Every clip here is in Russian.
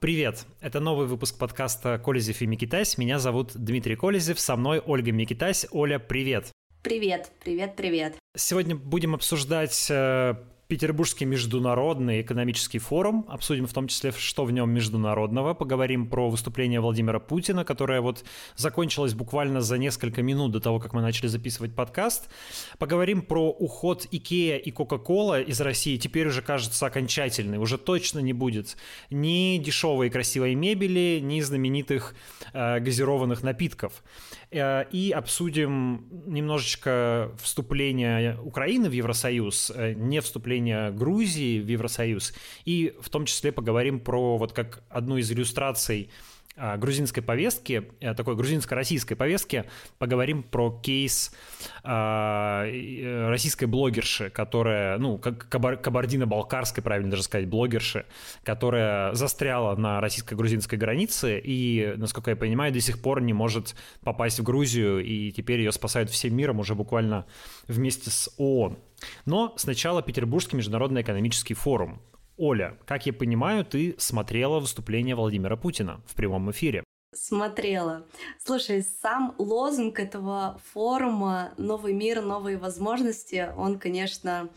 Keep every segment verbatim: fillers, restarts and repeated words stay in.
Привет! Это новый выпуск подкаста «Колезев и Микитась». Меня зовут Дмитрий Колезев, со мной Ольга Микитась. Оля, привет! Привет, привет, привет! Сегодня будем обсуждать э, Петербургский международный экономический форум. Обсудим в том числе, что в нем международного. Поговорим про выступление Владимира Путина, которое вот закончилось буквально за несколько минут до того, как мы начали записывать подкаст. Поговорим про уход Икеа и Кока-Кола из России. Теперь уже, кажется, окончательный. Уже точно не будет ни дешевой и красивой мебели, ни знаменитых э, газированных напитков. Э, и обсудим немножечко вступление Украины в Евросоюз, э, не вступление Грузии в Евросоюз, и в том числе поговорим про вот как одну из иллюстраций а, грузинской повестки, а, такой грузинско-российской повестки, поговорим про кейс а, российской блогерши, которая, ну, как кабар- кабардино-балкарской, правильно даже сказать, блогерши, которая застряла на российско-грузинской границе и, насколько я понимаю, до сих пор не может попасть в Грузию, и теперь ее спасают всем миром уже буквально вместе с ООН. Но сначала Петербургский международный экономический форум. Оля, как я понимаю, ты смотрела выступление Владимира Путина в прямом эфире. Смотрела. Слушай, сам лозунг этого форума «Новый мир, новые возможности», он, конечно,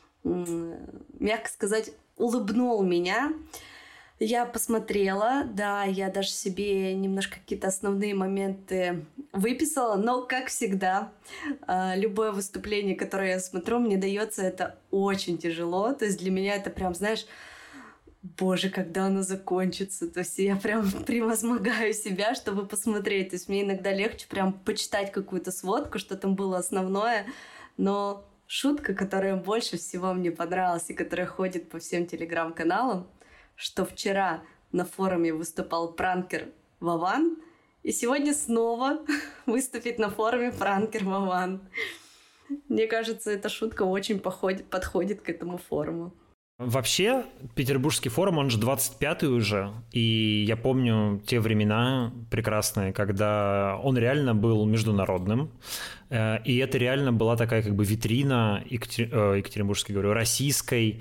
мягко сказать, улыбнул меня. Я посмотрела, да, я даже себе немножко какие-то основные моменты выписала, но, как всегда, любое выступление, которое я смотрю, мне дается это очень тяжело. То есть для меня это прям, знаешь, боже, когда оно закончится. То есть я прям превозмогаю себя, чтобы посмотреть. То есть мне иногда легче прям почитать какую-то сводку, что там было основное, но шутка, которая больше всего мне понравилась и которая ходит по всем телеграм-каналам, что вчера на форуме выступал пранкер Вован, и сегодня снова выступит на форуме пранкер Вован. Мне кажется, эта шутка очень походит, подходит к этому форуму. Вообще, Петербургский форум, он же двадцать пятый уже, и я помню те времена прекрасные, когда он реально был международным, и это реально была такая как бы витрина Екатер... Екатеринбургской, говорю, российской,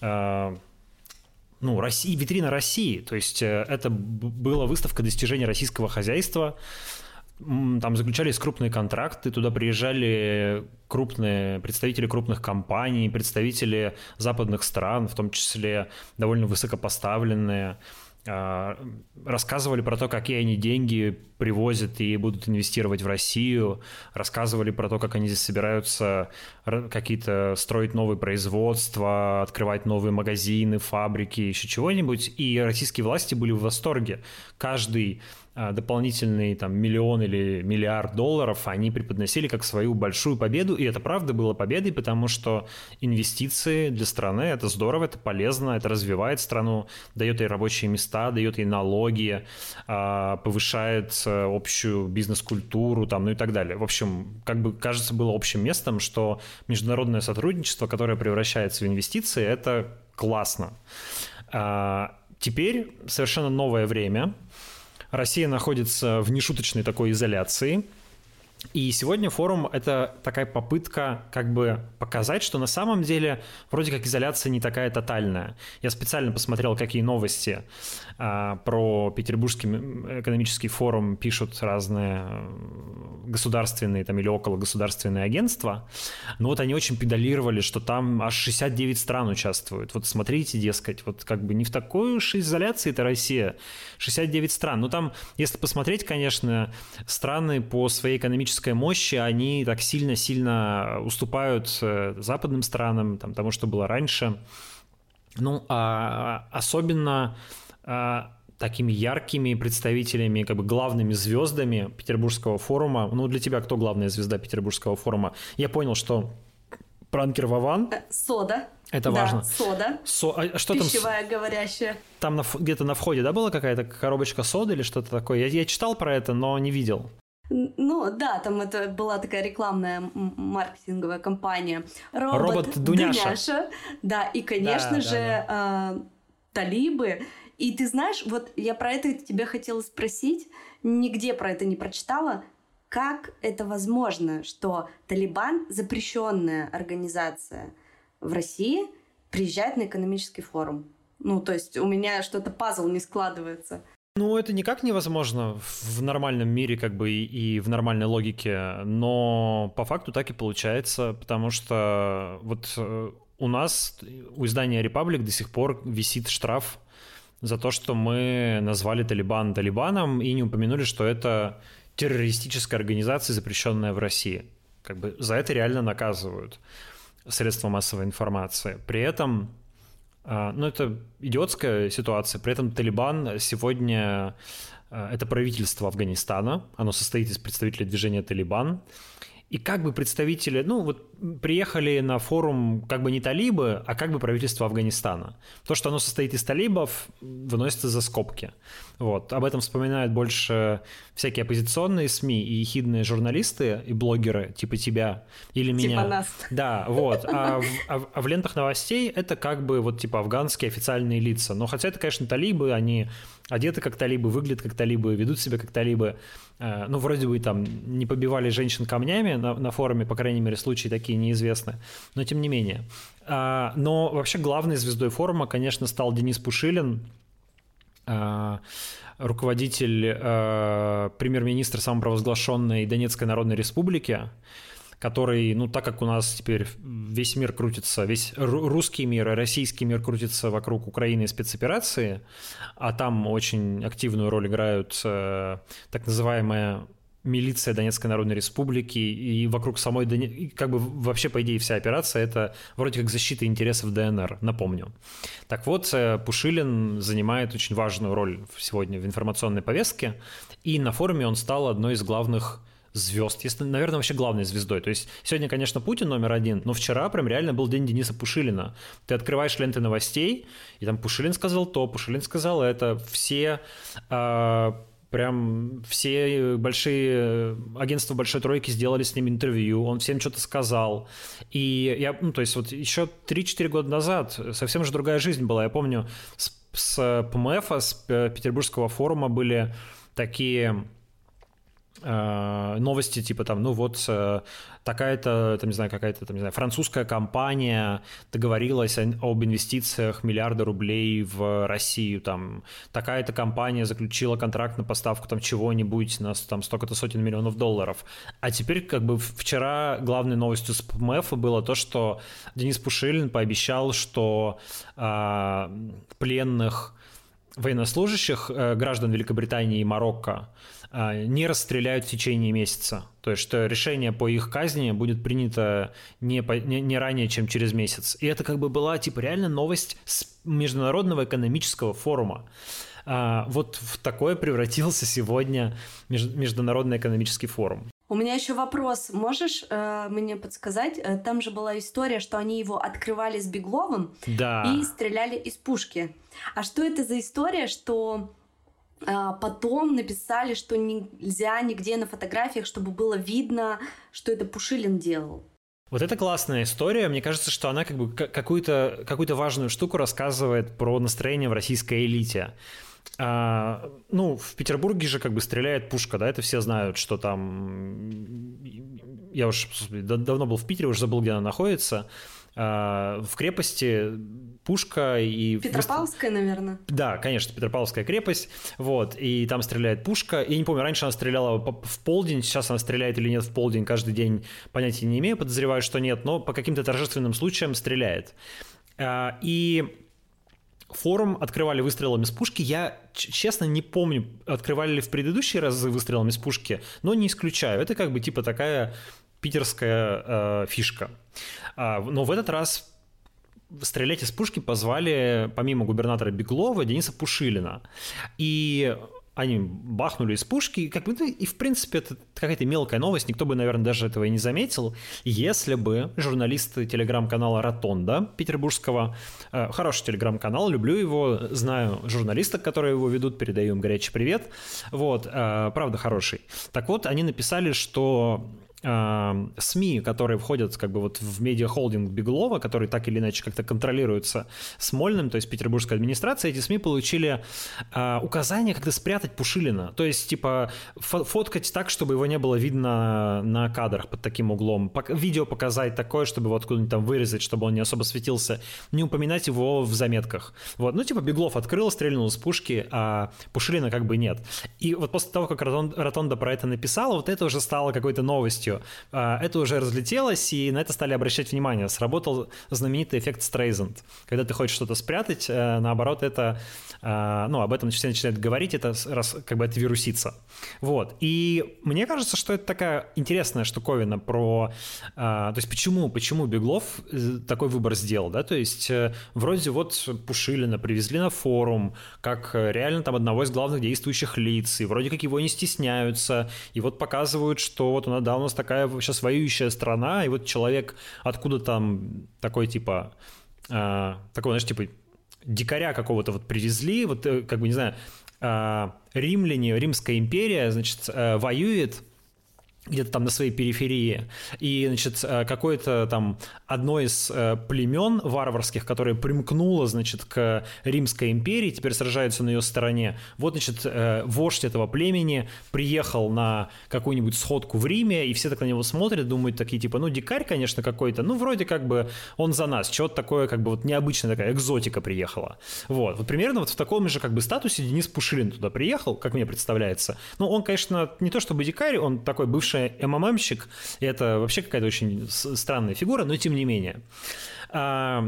ну, России, витрина России, то есть это была выставка достижений российского хозяйства, там заключались крупные контракты, туда приезжали крупные представители крупных компаний, представители западных стран, в том числе довольно высокопоставленные, рассказывали про то, какие они деньги привозят и будут инвестировать в Россию, рассказывали про то, как они здесь собираются какие-то строить новые производства, открывать новые магазины, фабрики, еще чего-нибудь, и российские власти были в восторге. Каждый дополнительный там миллион или миллиард долларов они преподносили как свою большую победу, и это правда было победой, потому что инвестиции для страны — это здорово, это полезно, это развивает страну, дает ей рабочие места, дает ей налоги, повышает общую бизнес-культуру, там, ну и так далее. В общем, как бы кажется, было общим местом, что международное сотрудничество, которое превращается в инвестиции, это классно. Теперь совершенно новое время. Россия находится в нешуточной такой изоляции. И сегодня форум — это такая попытка как бы показать, что на самом деле вроде как изоляция не такая тотальная. Я специально посмотрел, какие новости а, про Петербургский экономический форум пишут разные государственные там, или окологосударственные агентства. Но вот они очень педалировали, что там аж шестьдесят девять стран участвуют. Вот смотрите, дескать, вот как бы не в такой уж изоляции это Россия. шестьдесят девять стран. Ну там, если посмотреть, конечно, страны по своей экономической мощи, они так сильно-сильно уступают западным странам, там, тому, что было раньше. Ну, а особенно а, такими яркими представителями, как бы главными звездами Петербургского форума. Ну, для тебя кто главная звезда Петербургского форума? Я понял, что пранкер Вован. Сода. Это да, важно. Сода. Со... А что Пищевая там? говорящая. Там на... где-то на входе, да, была какая-то коробочка соды или что-то такое? Я, я читал про это, но не видел. Ну, да, там это была такая рекламная маркетинговая кампания. Робот, Робот Дуняша. Дуняша. Да, и, конечно да, же, да, да. Э, талибы. И ты знаешь, вот я про это тебя хотела спросить, нигде про это не прочитала. Как это возможно, что Талибан, запрещенная организация в России, приезжает на экономический форум? Ну, то есть у меня что-то пазл не складывается. Ну, это никак невозможно в нормальном мире, как бы, и в нормальной логике, но по факту так и получается, потому что вот у нас, у издания «Репаблик» до сих пор висит штраф за то, что мы назвали Талибан Талибаном и не упомянули, что это террористическая организация, запрещенная в России. Как бы за это реально наказывают средства массовой информации. При этом, ну, это идиотская ситуация, при этом Талибан сегодня это правительство Афганистана, оно состоит из представителей движения Талибан. И как бы представители, ну вот приехали на форум как бы не талибы, а как бы правительство Афганистана. То, что оно состоит из талибов, выносится за скобки. Вот. Об этом вспоминают больше всякие оппозиционные СМИ и ехидные журналисты и блогеры типа тебя или меня. Типа нас. Да, вот. А в, а, а в лентах новостей это как бы вот типа афганские официальные лица. Но хотя это, конечно, талибы, они одеты как талибы, выглядят как талибы, ведут себя как талибы. Ну, вроде бы там не побивали женщин камнями на, на форуме, по крайней мере, случаи такие неизвестны, но тем не менее. Но вообще главной звездой форума, конечно, стал Денис Пушилин, руководитель, премьер-министр самопровозглашенной Донецкой Народной Республики, который, ну, так как у нас теперь весь мир крутится, весь русский мир и российский мир крутится вокруг Украины и спецоперации, а там очень активную роль играют э, так называемая милиция Донецкой Народной Республики, и вокруг самой Донецкой, как бы вообще, по идее, вся операция — это вроде как защита интересов ДНР, напомню. Так вот, Пушилин занимает очень важную роль сегодня в информационной повестке, и на форуме он стал одной из главных звезд, если, наверное, вообще главной звездой. То есть сегодня, конечно, Путин номер один, но вчера прям реально был день Дениса Пушилина. Ты открываешь ленты новостей, и там Пушилин сказал то, Пушилин сказал это. Все э, прям все большие агентства Большой Тройки сделали с ним интервью, он всем что-то сказал. И я, ну, то есть вот еще три-четыре года назад совсем же другая жизнь была. Я помню, с, с ПМФ, с Петербургского форума были такие новости типа там, ну вот такая-то, там, не знаю, какая-то, там, не знаю, французская компания договорилась об инвестициях миллиарда рублей в Россию, там, такая-то компания заключила контракт на поставку там чего-нибудь на там столько-то сотен миллионов долларов. А теперь как бы вчера главной новостью с ПМФ было то, что Денис Пушилин пообещал, что э, пленных военнослужащих, э, граждан Великобритании и Марокко, не расстреляют в течение месяца. То есть, что решение по их казни будет принято не, по, не, не ранее, чем через месяц. И это как бы была типа реально новость с Международного экономического форума. А, вот в такое превратился сегодня Международный экономический форум. У меня еще вопрос. Можешь э, мне подсказать? Там же была история, что они его открывали с Бегловым, да, и стреляли из пушки. А что это за история, что потом написали, что нельзя нигде на фотографиях, чтобы было видно, что это Пушилин делал? Вот это классная история. Мне кажется, что она как бы какую-то, какую-то важную штуку рассказывает про настроение в российской элите. А, ну, в Петербурге же как бы стреляет пушка, да, это все знают, что там... Я уж давно был в Питере, уже забыл, где она находится. В крепости пушка и... Петропавловская, наверное. Да, конечно, Петропавловская крепость, вот, и там стреляет пушка. Я не помню, раньше она стреляла в полдень, сейчас она стреляет или нет в полдень каждый день, понятия не имею, подозреваю, что нет, но по каким-то торжественным случаям стреляет. И форум открывали выстрелами с пушки. Я, честно, не помню, открывали ли в предыдущие разы выстрелами с пушки, но не исключаю. Это как бы типа такая питерская э, фишка. А, но в этот раз стрелять из пушки позвали, помимо губернатора Беглова, Дениса Пушилина. И они бахнули из пушки. Как бы, и, в принципе, это какая-то мелкая новость. Никто бы, наверное, даже этого и не заметил, если бы журналисты телеграм-канала «Ротонда» петербургского, э, хороший телеграм-канал, люблю его, знаю журналисток, которые его ведут, передаю им горячий привет. Вот, э, правда, хороший. Так вот, они написали, что СМИ, которые входят как бы вот в медиахолдинг Беглова, который так или иначе как-то контролируется Смольным, то есть петербургской администрацией, эти СМИ получили э, указание как-то спрятать Пушилина. То есть, типа, фоткать так, чтобы его не было видно на кадрах под таким углом. Видео показать такое, чтобы его откуда-нибудь там вырезать, чтобы он не особо светился. Не упоминать его в заметках. Вот. Ну, типа, Беглов открыл, стрельнул из пушки, а Пушилина как бы нет. И вот после того, как Ротонда про это написала, вот это уже стало какой-то новостью. Это уже разлетелось, и на это стали обращать внимание. Сработал знаменитый эффект Стрейзанд. Когда ты хочешь что-то спрятать, наоборот, это, ну, об этом все начинают говорить, это как бы это вирусится. Вот. И мне кажется, что это такая интересная штуковина про... То есть почему, почему Беглов такой выбор сделал, да? То есть вроде вот Пушилина привезли на форум, как реально там одного из главных действующих лиц, и вроде как его не стесняются, и вот показывают, что вот он, да, у нас такая сейчас воюющая страна, и вот человек откуда там такой типа, э, такого, знаешь, типа дикаря какого-то вот привезли, вот как бы, не знаю, э, римляне, Римская империя, значит, э, воюет где-то там на своей периферии, и, значит, какое-то там одно из племен варварских, которое примкнуло, значит, к Римской империи, теперь сражаются на ее стороне. Вот, значит, вождь этого племени приехал на какую-нибудь сходку в Риме, и все так на него смотрят, думают такие, типа, ну, дикарь, конечно, какой-то, ну, вроде как бы он за нас, что-то такое, как бы вот необычная такая экзотика приехала. Вот, вот примерно вот в таком же, как бы, статусе Денис Пушилин туда приехал, как мне представляется. Ну, он, конечно, не то чтобы дикарь, он такой бывший эм эм эм-щик, и это вообще какая-то очень странная фигура, но тем не менее. А,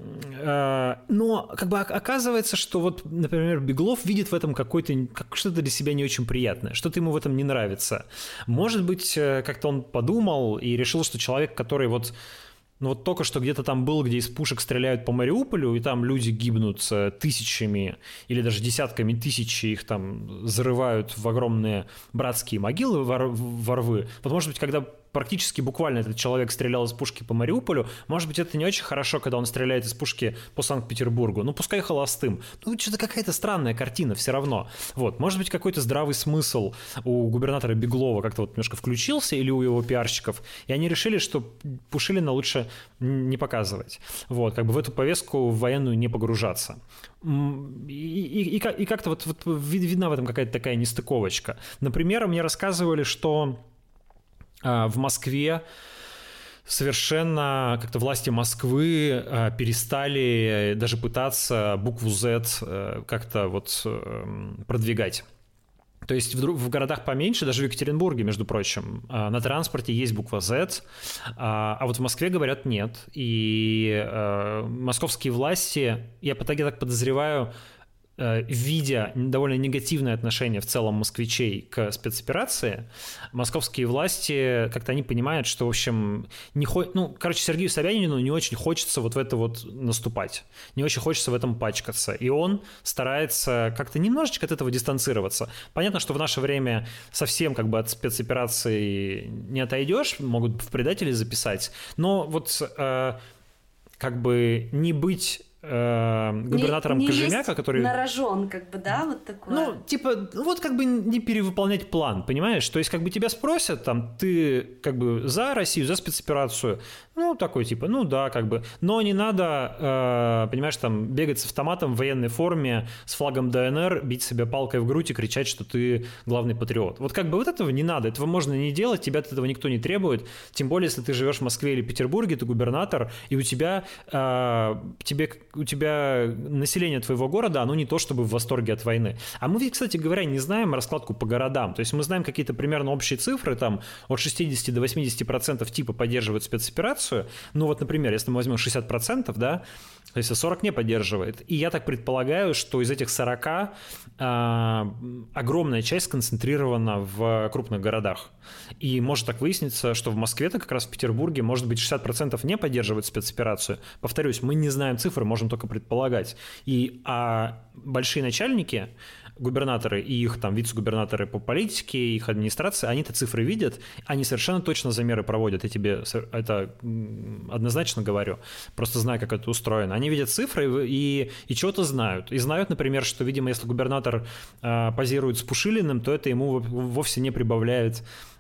а, но как бы оказывается, что вот, например, Беглов видит в этом какой-то, как, что-то для себя не очень приятное, что-то ему в этом не нравится. Может быть, как-то он подумал и решил, что человек, который вот Ну вот только что где-то там был, где из пушек стреляют по Мариуполю, и там люди гибнут тысячами или даже десятками тысяч, их там зарывают в огромные братские могилы во рвы. Вот, может быть, когда практически буквально этот человек стрелял из пушки по Мариуполю, может быть, это не очень хорошо, когда он стреляет из пушки по Санкт-Петербургу, ну, пускай холостым. Ну, что-то какая-то странная картина все равно. Вот, может быть, какой-то здравый смысл у губернатора Беглова как-то вот немножко включился или у его пиарщиков, и они решили, что Пушилина лучше не показывать. Вот, как бы в эту повестку в военную не погружаться. И, и, и, и как-то вот, вот видна в этом какая-то такая нестыковочка. Например, мне рассказывали, что в Москве совершенно как-то власти Москвы перестали даже пытаться букву Z как-то вот продвигать. То есть в, в городах поменьше, даже в Екатеринбурге, между прочим, на транспорте есть буква Z, а, а вот в Москве говорят нет. И а, московские власти, я по так подозреваю, видя довольно негативное отношение в целом москвичей к спецоперации, московские власти как-то они понимают, что, в общем, не хо... ну, короче, Сергею Собянину не очень хочется вот в это вот наступать, не очень хочется в этом пачкаться, и он старается как-то немножечко от этого дистанцироваться. Понятно, что в наше время совсем как бы от спецоперации не отойдешь, могут в предатели записать, но вот э, как бы не быть губернатором не, не Кожемяка, который... на рожон, как бы, да, вот такое. Ну, типа, вот как бы не перевыполнять план, понимаешь? То есть, как бы тебя спросят, там, ты как бы за Россию, за спецоперацию, ну, такой типа, ну да, как бы, но не надо, э, понимаешь, там, бегать с автоматом в военной форме, с флагом Дэ Эн Эр, бить себя палкой в грудь и кричать, что ты главный патриот. Вот как бы вот этого не надо, этого можно не делать, тебя от этого никто не требует, тем более, если ты живешь в Москве или Петербурге, ты губернатор, и у тебя, э, тебе, у тебя население твоего города, оно не то чтобы в восторге от войны. А мы ведь, кстати говоря, не знаем раскладку по городам, то есть мы знаем какие-то примерно общие цифры, там, от шестидесяти до восьмидесяти процентов типа поддерживают спецоперацию. Ну вот, например, если мы возьмем шестьдесят процентов, да, то есть сорок не поддерживает. И я так предполагаю, что из этих сорока э, огромная часть сконцентрирована в крупных городах. И может так выясниться, что в Москве-то, как раз в Петербурге, может быть, шестьдесят процентов не поддерживают спецоперацию. Повторюсь, мы не знаем цифры, можем только предполагать. И а большие начальники, губернаторы и их там вице-губернаторы по политике, их администрация, они эти цифры видят, они совершенно точно замеры проводят, я тебе это однозначно говорю, просто знаю, как это устроено. Они видят цифры и, и чего-то знают. И знают, например, что, видимо, если губернатор э, позирует с Пушилиным, то это ему вовсе не прибавляет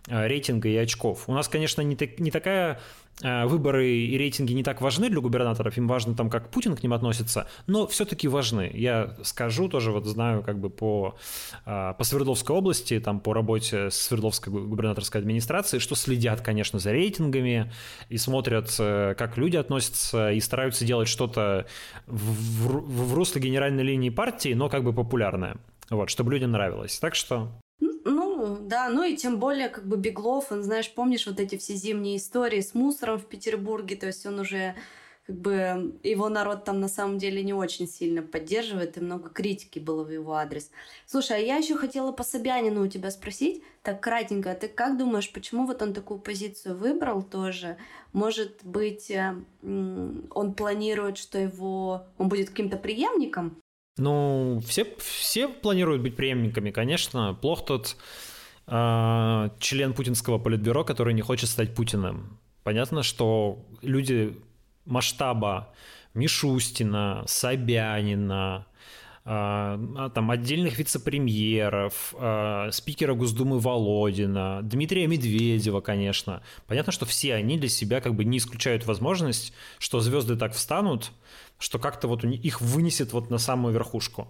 рейтинга и очков. У нас, конечно, не, так, не такая... Выборы и рейтинги не так важны для губернаторов, им важно там, как Путин к ним относится, но все-таки важны. Я скажу тоже, вот знаю как бы по, по Свердловской области, там по работе с Свердловской губернаторской администрацией, что следят, конечно, за рейтингами и смотрят, как люди относятся, и стараются делать что-то в, в, в русле генеральной линии партии, но как бы популярное, вот, чтобы людям нравилось. Так что... Ну, да, ну и тем более, как бы Беглов, он, знаешь, помнишь вот эти все зимние истории с мусором в Петербурге, то есть он уже, как бы, его народ там на самом деле не очень сильно поддерживает, и много критики было в его адрес. Слушай, а я еще хотела по Собянину у тебя спросить, так кратенько, а ты как думаешь, почему вот он такую позицию выбрал тоже? Может быть, он планирует, что его, он будет каким-то преемником? Ну, все, все планируют быть преемниками, конечно. Плох тот э, член путинского политбюро, который не хочет стать Путиным. Понятно, что люди масштаба Мишустина, Собянина, э, там, отдельных вице-премьеров, э, спикера Госдумы Володина, Дмитрия Медведева, конечно. Понятно, что все они для себя как бы не исключают возможность, что звезды так встанут, что как-то вот их вынесет вот на самую верхушку.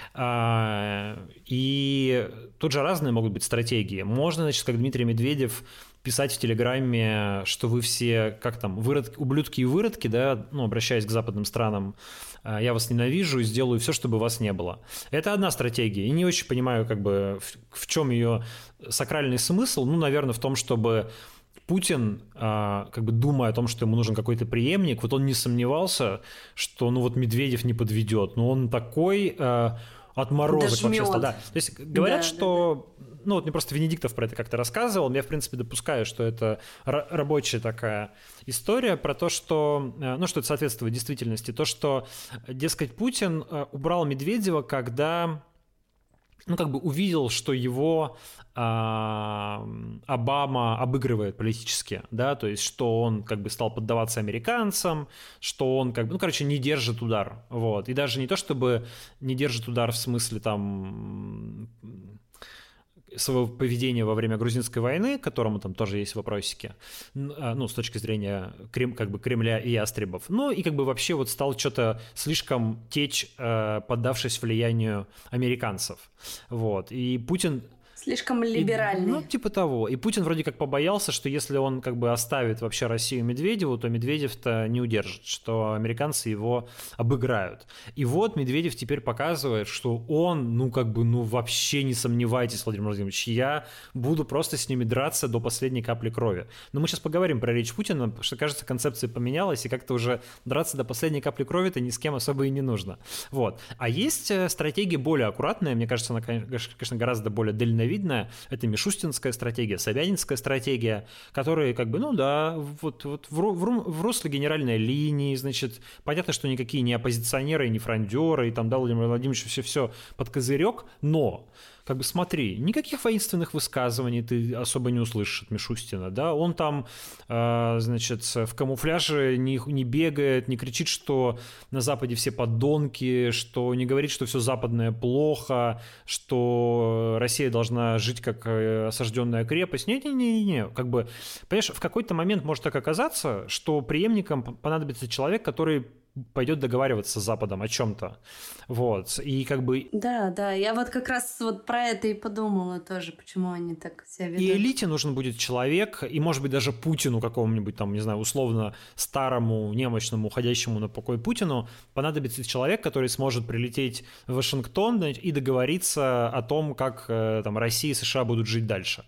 И тут же разные могут быть стратегии. Можно, значит, как Дмитрий Медведев, писать в Телеграме, что вы все, как там, выродки, ублюдки и выродки, да, ну, обращаясь к западным странам, я вас ненавижу и сделаю все, чтобы вас не было. Это одна стратегия. И не очень понимаю, как бы, в, в чем ее сакральный смысл. Ну, наверное, в том, чтобы Путин, как бы думая о том, что ему нужен какой-то преемник, вот он не сомневался, что ну вот Медведев не подведет, но он такой отморозок вообще стал. Да. То есть говорят, да, что... Да, да. Ну вот мне просто Венедиктов про это как-то рассказывал, я в принципе допускаю, что это рабочая такая история про то, что... Ну что это соответствует действительности. То, что, дескать, Путин убрал Медведева, когда... ну, как бы увидел, что его а, Обама обыгрывает политически, да, то есть, что он как бы стал поддаваться американцам, что он как бы, ну, короче, не держит удар, вот, и даже не то, чтобы не держит удар в смысле там своего поведения во время грузинской войны, к которому там тоже есть вопросики, ну, с точки зрения Крем, как бы Кремля и ястребов, ну, и как бы вообще вот стал что-то слишком течь, поддавшись влиянию американцев, вот, и Путин... Слишком либеральный. И, ну, типа того. И Путин вроде как побоялся, что если он как бы оставит вообще Россию Медведеву, то Медведев-то не удержит, что американцы его обыграют. И вот Медведев теперь показывает, что он, ну как бы, ну вообще не сомневайтесь, Владимир Владимирович, я буду просто с ними драться до последней капли крови. Но мы сейчас поговорим про речь Путина, потому что, кажется, концепция поменялась, и как-то уже драться до последней капли крови-то ни с кем особо и не нужно. Вот. А есть стратегия более аккуратная, мне кажется, она, конечно, гораздо более дальновидная. Видно, это мишустинская стратегия, собянинская стратегия, которые как бы, ну да, вот, вот в, в, в русле генеральной линии, значит, понятно, что никакие не оппозиционеры, не фрондеры, и там, да, Владимир Владимирович, все-все под козырек, но... Как бы смотри, никаких воинственных высказываний ты особо не услышишь от Мишустина, да, он там, э, значит, в камуфляже не, не бегает, не кричит, что на Западе все подонки, что не говорит, что все западное плохо, что Россия должна жить как осажденная крепость, не-не-не, как бы, понимаешь, в какой-то момент может так оказаться, что преемником понадобится человек, который пойдет договариваться с Западом о чем-то, вот, и как бы... Да, да, я вот как раз вот про это и подумала тоже, почему они так себя ведут. И элите нужен будет человек, и, может быть, даже Путину какому-нибудь там, не знаю, условно старому, немощному, уходящему на покой Путину понадобится человек, который сможет прилететь в Вашингтон и договориться о том, как там Россия и США будут жить дальше.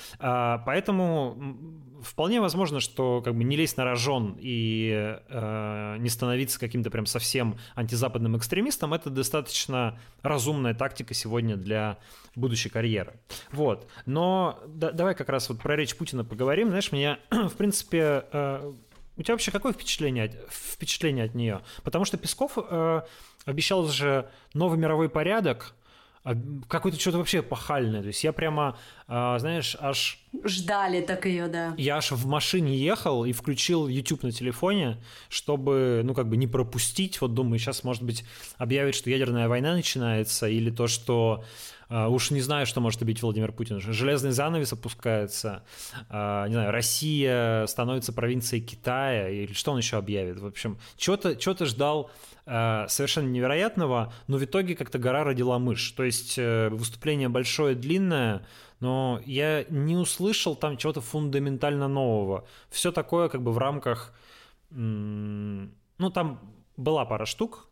Поэтому вполне возможно, что как бы не лезть на рожон и э, не становиться каким-то прям совсем антизападным экстремистом, это достаточно разумная тактика сегодня для будущей карьеры. Вот. Но да, давай как раз вот про речь Путина поговорим. Знаешь, меня, в принципе, э, у тебя вообще какое впечатление, впечатление от нее? Потому что Песков э, обещал же новый мировой порядок, какое-то что-то вообще эпохальное. То есть я прямо, знаешь, аж Ждали так ее, да. Я аж в машине ехал и включил YouTube на телефоне, чтобы, ну, как бы не пропустить. Вот думаю, сейчас, может быть, объявят, что ядерная война начинается, или то, что Uh, уж не знаю, что может объявить Владимир Путин. Железный занавес опускается. Uh, не знаю, Россия становится провинцией Китая. Или что он еще объявит? В общем, чего-то, чего-то ждал uh, совершенно невероятного, но в итоге как-то гора родила мышь. То есть uh, выступление большое, длинное, но я не услышал там чего-то фундаментально нового. Все такое как бы в рамках... М- ну, там была пара штук,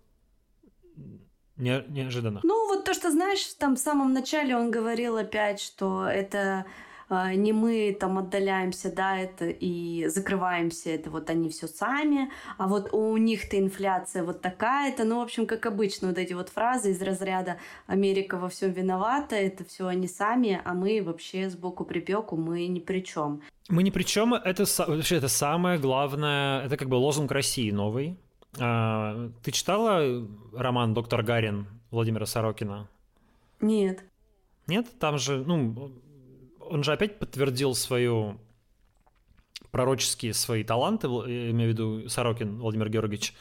Не, неожиданно. Ну, вот то, что, знаешь, там в самом начале он говорил опять, что это э, не мы там отдаляемся, да, это и закрываемся, это вот они все сами, а вот у них-то инфляция вот такая-то. Ну, в общем, как обычно, вот эти вот фразы из разряда «Америка во всем виновата», это все они сами, а мы вообще сбоку припеку, мы ни при чем. Мы ни при чем, это вообще это самое главное, это как бы лозунг России новый. А, ты читала роман «Доктор Гарин» Владимира Сорокина? Нет. Нет? Там же, ну, он же опять подтвердил свою пророческие свои таланты, я имею в виду Сорокин Владимир Георгиевич.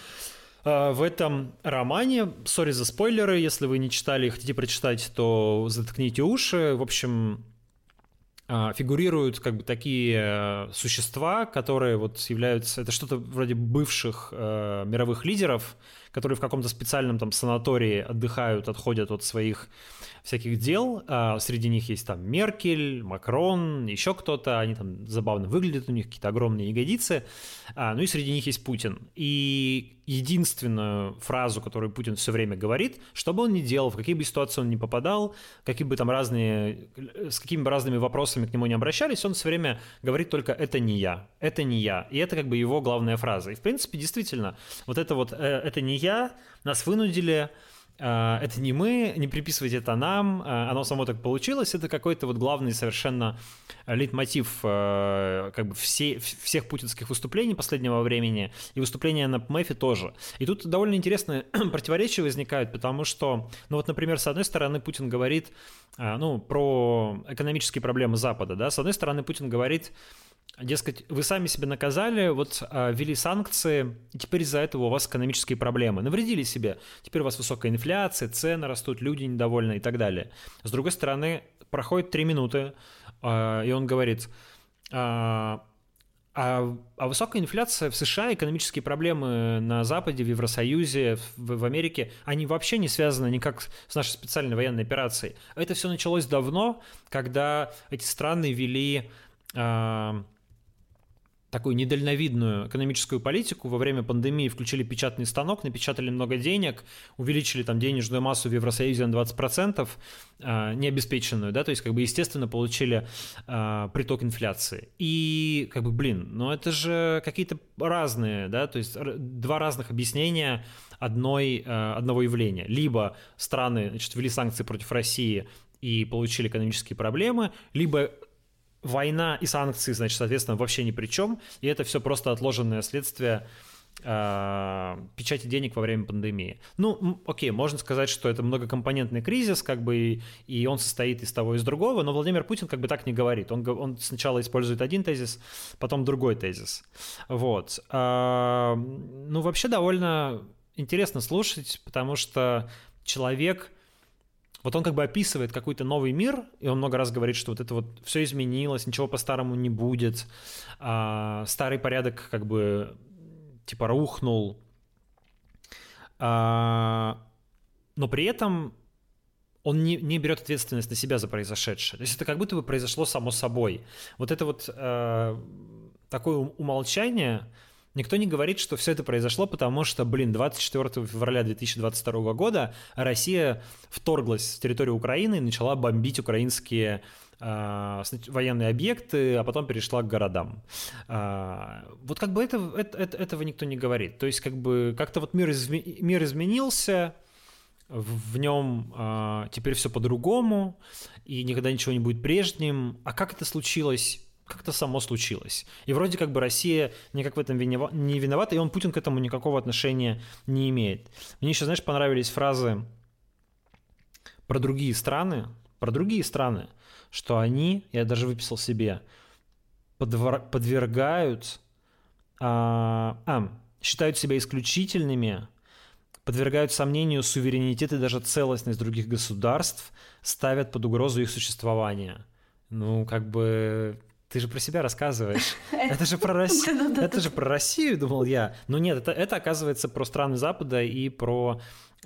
А, в этом романе, сори за спойлеры, если вы не читали и хотите прочитать, то заткните уши. В общем, фигурируют как бы такие существа, которые вот являются, это что-то вроде бывших э, мировых лидеров, которые в каком-то специальном там санатории отдыхают, отходят от своих всяких дел. А среди них есть там Меркель, Макрон, еще кто-то. Они там забавно выглядят, у них какие-то огромные ягодицы. А, ну и среди них есть Путин. И единственную фразу, которую Путин все время говорит, что бы он ни делал, в какие бы ситуации он ни попадал, какие бы там разные, с какими бы разными вопросами к нему не обращались, он все время говорит только «это не я», «это не я». И это как бы его главная фраза. И в принципе, действительно, вот это вот «это не я» нас вынудили, это не мы, не приписывайте это нам, оно само так получилось, это какой-то вот главный совершенно лейтмотив как бы все, всех путинских выступлений последнего времени, и выступления на ПМЭФе тоже. И тут довольно интересные противоречия возникают, потому что, ну вот, например, с одной стороны Путин говорит, ну, про экономические проблемы Запада, да, с одной стороны Путин говорит, дескать, вы сами себя наказали, вот ввели санкции, и теперь из-за этого у вас экономические проблемы. Навредили себе. Теперь у вас высокая инфляция, цены растут, люди недовольны и так далее. С другой стороны, проходит три минуты, и он говорит, а, а высокая инфляция в США, экономические проблемы на Западе, в Евросоюзе, в, в Америке, они вообще не связаны никак с нашей специальной военной операцией. Это все началось давно, когда эти страны вели такую недальновидную экономическую политику, во время пандемии включили печатный станок, напечатали много денег, увеличили там денежную массу в Евросоюзе на двадцать процентов, э, необеспеченную, да, то есть как бы естественно получили э, приток инфляции. И как бы, блин, ну это же какие-то разные, да, то есть два разных объяснения одной, э, одного явления. Либо страны, значит, ввели санкции против России и получили экономические проблемы, либо война и санкции, значит, соответственно, вообще ни при чем, и это все просто отложенное следствие э, печати денег во время пандемии. Ну, окей, можно сказать, что это многокомпонентный кризис, как бы, и, и он состоит из того и из другого, но Владимир Путин как бы так не говорит. Он, он сначала использует один тезис, потом другой тезис. Вот. А, ну, вообще довольно интересно слушать, потому что человек... Вот он как бы описывает какой-то новый мир, и он много раз говорит, что вот это вот все изменилось, ничего по-старому не будет, а, старый порядок как бы типа рухнул. А, но при этом он не, не берет ответственность на себя за произошедшее. То есть это как будто бы произошло само собой. Вот это вот а, такое умолчание... Никто не говорит, что все это произошло, потому что, блин, двадцать четвёртого февраля две тысячи двадцать второго года Россия вторглась в территорию Украины и начала бомбить украинские э, военные объекты, а потом перешла к городам. Э, вот как бы это, это, это, этого никто не говорит. То есть как бы как-то вот мир, изме, мир изменился, в, в нем э, теперь все по-другому, и никогда ничего не будет прежним. А как это случилось? Как-то само случилось. И вроде как бы Россия никак в этом не виновата, и он, Путин, к этому никакого отношения не имеет. Мне еще, знаешь, понравились фразы про другие страны, про другие страны, что они, я даже выписал себе, подвор- подвергают, а, а, считают себя исключительными, подвергают сомнению суверенитет и даже целостность других государств, ставят под угрозу их существование. Ну, как бы... Ты же про себя рассказываешь. Это же про Россию. Это же про Россию, думал я. Но нет, это, это оказывается про страны Запада и про,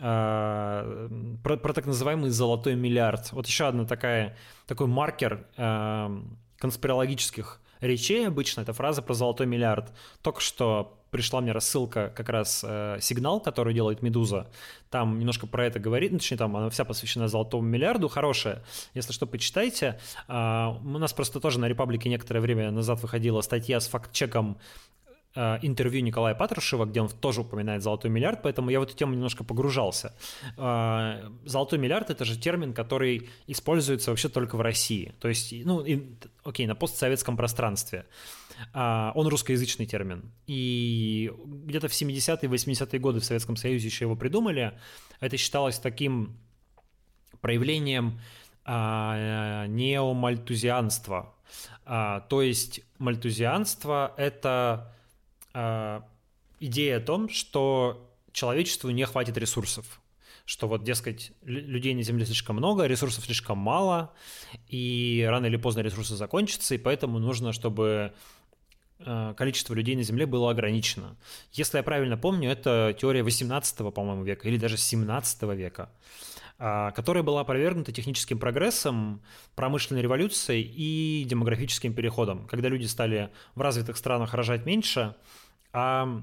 э, про, про так называемый золотой миллиард. Вот еще одна такая, такой маркер э, конспирологических речей обычно, это фраза про золотой миллиард. Только что пришла мне рассылка, как раз э, сигнал, который делает «Медуза». Там немножко про это говорит, ну, точнее, там она вся посвящена золотому миллиарду, хорошая. Если что, почитайте. Э, у нас просто тоже на «Репаблике» некоторое время назад выходила статья с факт-чеком э, интервью Николая Патрушева, где он тоже упоминает золотой миллиард, поэтому я в эту тему немножко погружался. Э, золотой миллиард — это же термин, который используется вообще только в России. То есть, ну, и, окей, на постсоветском пространстве. Он русскоязычный термин. И где-то в семидесятые, восьмидесятые годы в Советском Союзе еще его придумали. Это считалось таким проявлением а, неомальтузианства. А, то есть мальтузианство — это а, идея о том, что человечеству не хватит ресурсов. Что вот, дескать, людей на Земле слишком много, ресурсов слишком мало, и рано или поздно ресурсы закончатся, и поэтому нужно, чтобы количество людей на Земле было ограничено. Если я правильно помню, это теория восемнадцатого, по-моему, века или даже семнадцатого века, которая была опровергнута техническим прогрессом, промышленной революцией и демографическим переходом, когда люди стали в развитых странах рожать меньше, а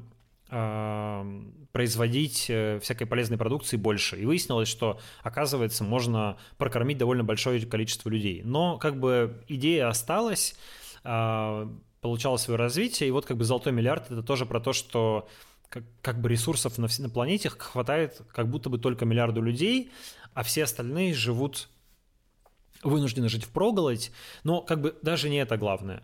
производить всякой полезной продукции больше. И выяснилось, что, оказывается, можно прокормить довольно большое количество людей. Но как бы идея осталась, получала свое развитие, и вот как бы золотой миллиард — это тоже про то, что как, как бы ресурсов на, на планете хватает как будто бы только миллиарду людей, а все остальные живут, вынуждены жить впроголодь, но как бы даже не это главное.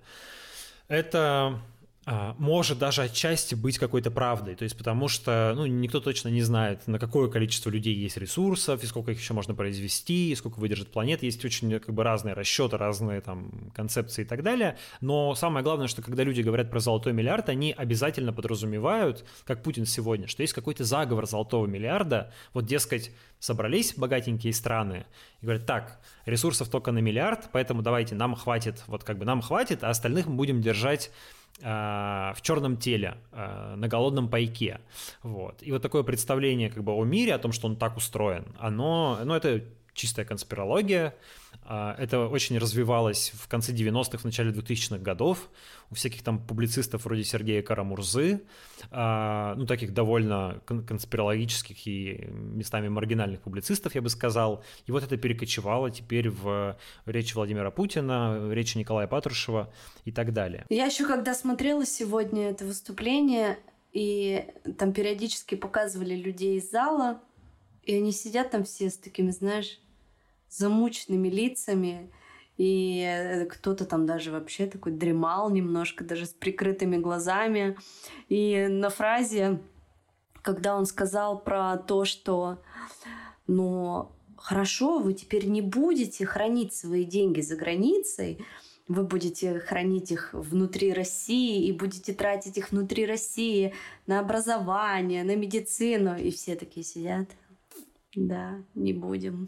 Это а, может даже отчасти быть какой-то правдой, то есть потому что ну, никто точно не знает, на какое количество людей есть ресурсов, и сколько их еще можно произвести, и сколько выдержит планета. Есть очень как бы разные расчеты, разные там концепции и так далее, но самое главное, что когда люди говорят про золотой миллиард, они обязательно подразумевают, как Путин сегодня, что есть какой-то заговор золотого миллиарда, вот, дескать, собрались богатенькие страны и говорят: так, ресурсов только на миллиард, поэтому давайте, нам хватит, вот как бы нам хватит, а остальных мы будем держать в черном теле, на голодном пайке. Вот. И вот такое представление как бы о мире, о том, что он так устроен, оно, ну, это чистая конспирология. Это очень развивалось в конце девяностых, в начале двухтысячных годов у всяких там публицистов вроде Сергея Карамурзы, ну, таких довольно конспирологических и местами маргинальных публицистов, я бы сказал. И вот это перекочевало теперь в речи Владимира Путина, в речи Николая Патрушева и так далее. Я еще когда смотрела сегодня это выступление, и там периодически показывали людей из зала, и они сидят там все с такими, знаешь, замученными лицами, и кто-то там даже вообще такой дремал немножко, даже с прикрытыми глазами. И на фразе, когда он сказал про то, что, ну, хорошо, вы теперь не будете хранить свои деньги за границей, вы будете хранить их внутри России и будете тратить их внутри России на образование, на медицину. И все такие сидят. Да, не будем.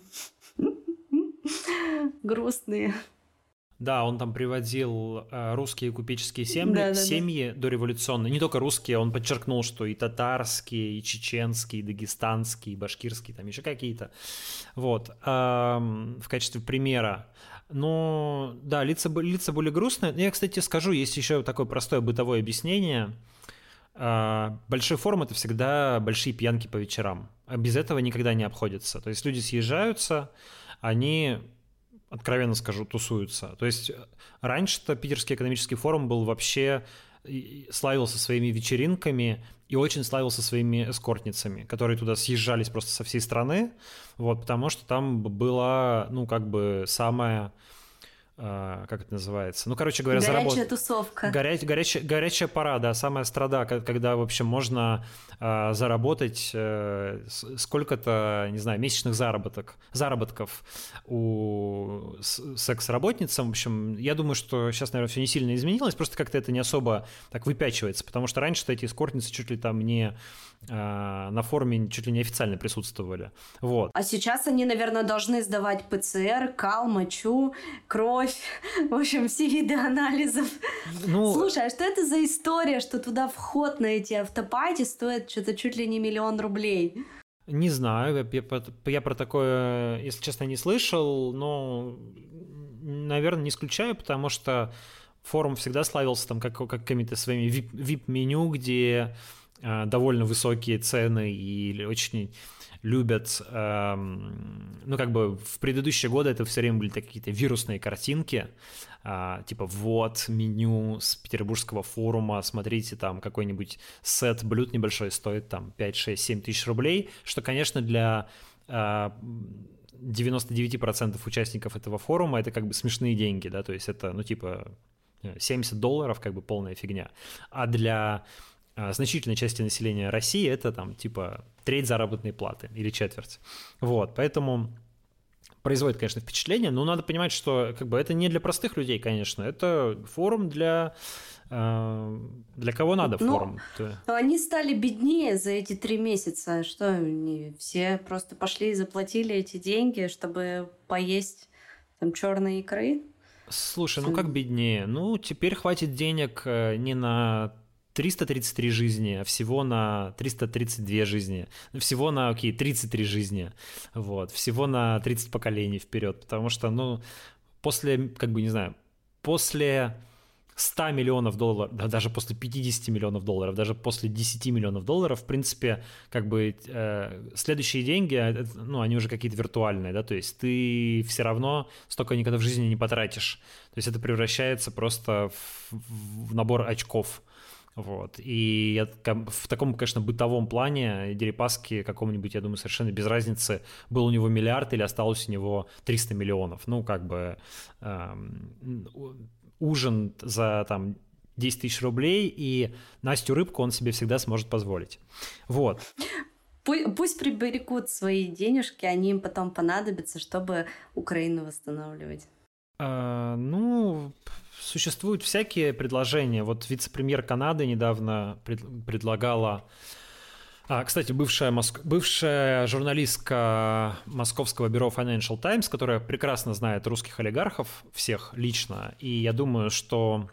Грустные. Да, он там приводил э, русские купеческие семьи, да, да, семьи да. дореволюционные. Не только русские, он подчеркнул, что и татарские, и чеченские, и дагестанские, и башкирские, там еще какие-то. Вот, э, в качестве примера. Но, да, лица, лица были грустные. Я, кстати, скажу, есть еще такое простое бытовое объяснение. Э, большой форум — это всегда большие пьянки по вечерам. А без этого никогда не обходится. То есть люди съезжаются, они, откровенно скажу, тусуются. То есть раньше-то Питерский экономический форум был вообще, славился своими вечеринками и очень славился своими эскортницами, которые туда съезжались просто со всей страны, вот, потому что там была, ну, как бы самая как это называется? Ну, короче говоря, горячая заработать. тусовка. Горя... Горячая... Горячая пора, да, самая страда, когда, в общем, можно э, заработать э, сколько-то, не знаю, месячных заработок, заработков у секс-работницам. В общем, я думаю, что сейчас, наверное, все не сильно изменилось, просто как-то это не особо так выпячивается, потому что раньше-то эти эскортницы чуть ли там не э, на форуме чуть ли не официально присутствовали. Вот. А сейчас они, наверное, должны сдавать ПЦР, кал, мочу, кровь, в общем, все виды анализов. Ну, слушай, а что это за история, что туда вход на эти автопати стоит что-то чуть ли не миллион рублей? Не знаю, я, я про такое, если честно, не слышал, но, наверное, не исключаю, потому что форум всегда славился там как, какими-то своими ви ай пи-меню, где э, довольно высокие цены и очень любят, эм, ну, как бы в предыдущие годы это все время были какие-то вирусные картинки, э, типа вот меню с петербургского форума, смотрите, там какой-нибудь сет блюд небольшой стоит там пять, шесть, семь тысяч рублей, что, конечно, для э, девяносто девять процентов участников этого форума это как бы смешные деньги, да, то есть это, ну, типа семьдесят долларов, как бы полная фигня, а для значительной части населения России это там типа треть заработной платы или четверть. Вот, поэтому производит, конечно, впечатление, но надо понимать, что как бы это не для простых людей, конечно, это форум для э, для кого надо форум. Но они стали беднее за эти три месяца, что они все просто пошли и заплатили эти деньги, чтобы поесть там черной икры. Слушай, ну как беднее? Ну теперь хватит денег не на триста тридцать три жизни, а всего на триста тридцать две жизни, всего на, окей, тридцать три жизни, вот, всего на тридцать поколений вперед, потому что, ну, после, как бы, не знаю, после ста миллионов долларов, да, даже после пятидесяти миллионов долларов, даже после десяти миллионов долларов, в принципе, как бы, э, следующие деньги, ну, они уже какие-то виртуальные, да, то есть ты все равно столько никогда в жизни не потратишь, то есть это превращается просто в, в набор очков. Вот. И я, в таком, конечно, бытовом плане Дерипаски какому-нибудь, я думаю, совершенно без разницы, был у него миллиард или осталось у него триста миллионов. Ну, как бы эм, ужин за там десять тысяч рублей, и Настю Рыбку он себе всегда сможет позволить. Вот. Пусть, пусть приберегут свои денежки, они им потом понадобятся, чтобы Украину восстанавливать. А, ну... Существуют всякие предложения. Вот вице-премьер Канады недавно пред, предлагала... А, кстати, бывшая, моск... бывшая журналистка московского бюро Financial Times, которая прекрасно знает русских олигархов, всех лично, и я думаю, что,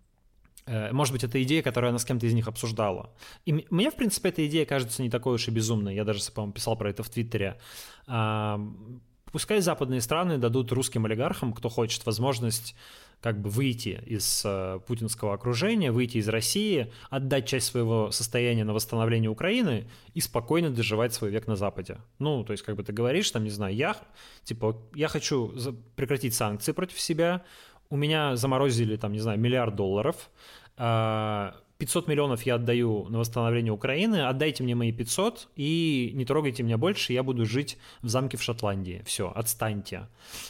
э, может быть, это идея, которую она с кем-то из них обсуждала. И мне, в принципе, эта идея кажется не такой уж и безумной. Я даже, по-моему, писал про это в Твиттере. А, пускай западные страны дадут русским олигархам, кто хочет, возможность как бы выйти из э, путинского окружения, выйти из России, отдать часть своего состояния на восстановление Украины и спокойно доживать свой век на Западе. Ну, то есть, как бы ты говоришь, там, не знаю, я, типа, я хочу за- прекратить санкции против себя, у меня заморозили, там, не знаю, миллиард долларов, э, пятьсот миллионов я отдаю на восстановление Украины, отдайте мне мои пятьсот и не трогайте меня больше, я буду жить в замке в Шотландии. Все, отстаньте.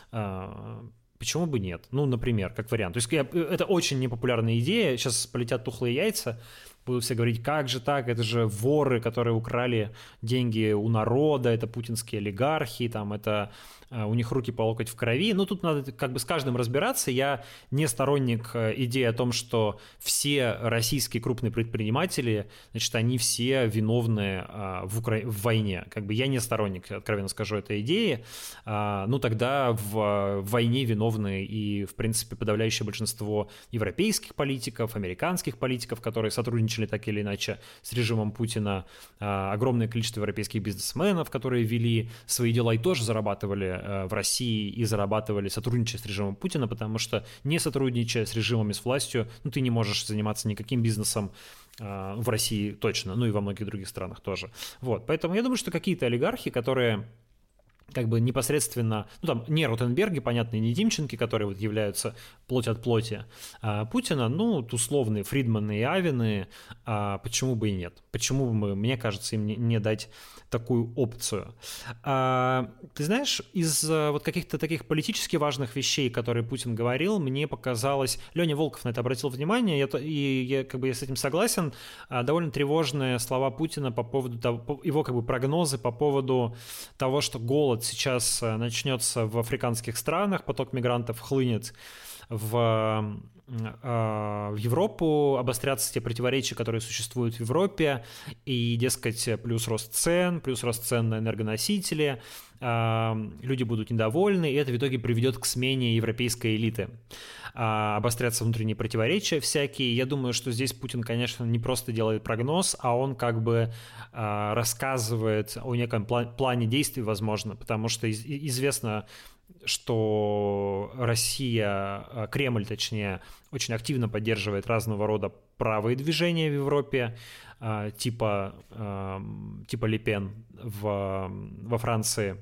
Э, Почему бы нет? Ну, например, как вариант. То есть я, это очень непопулярная идея. Сейчас полетят тухлые яйца, будут все говорить, как же так, это же воры, которые украли деньги у народа, это путинские олигархи, там, это у них руки по локоть в крови. Ну, тут надо как бы с каждым разбираться. Я не сторонник идеи о том, что все российские крупные предприниматели, значит, они все виновны в, Укра... в войне. Как бы я не сторонник, откровенно скажу, этой идеи. Ну, тогда в войне виновны и, в принципе, подавляющее большинство европейских политиков, американских политиков, которые сотрудничали так или иначе с режимом Путина, огромное количество европейских бизнесменов, которые вели свои дела и тоже зарабатывали в России и зарабатывали, сотрудничая с режимом Путина, потому что не сотрудничая с режимами, с властью, ну, ты не можешь заниматься никаким бизнесом э, в России точно, ну и во многих других странах тоже. Вот, поэтому я думаю, что какие-то олигархи, которые как бы непосредственно, ну там не Ротенберги, понятно, не Тимченки, которые вот являются плоть от плоти а Путина, ну, условные Фридманы и Авины, а, почему бы и нет? Почему бы, мы, мне кажется, им не, не дать такую опцию? А, ты знаешь, из вот каких-то таких политически важных вещей, которые Путин говорил, мне показалось, Леня Волков на это обратил внимание, я, и я, как бы, я с этим согласен, довольно тревожные слова Путина по поводу того, его как бы прогнозы по поводу того, что голод сейчас начнется в африканских странах, поток мигрантов хлынет в, в Европу, обострятся те противоречия, которые существуют в Европе, и, дескать, плюс рост цен, плюс рост цен на энергоносители, люди будут недовольны, и это в итоге приведет к смене европейской элиты. Обострятся внутренние противоречия всякие. Я думаю, что здесь Путин, конечно, не просто делает прогноз, а он как бы рассказывает о неком плане действий, возможно, потому что известно, что Россия, Кремль, точнее, очень активно поддерживает разного рода правые движения в Европе, типа, типа Ле Пен в, во Франции.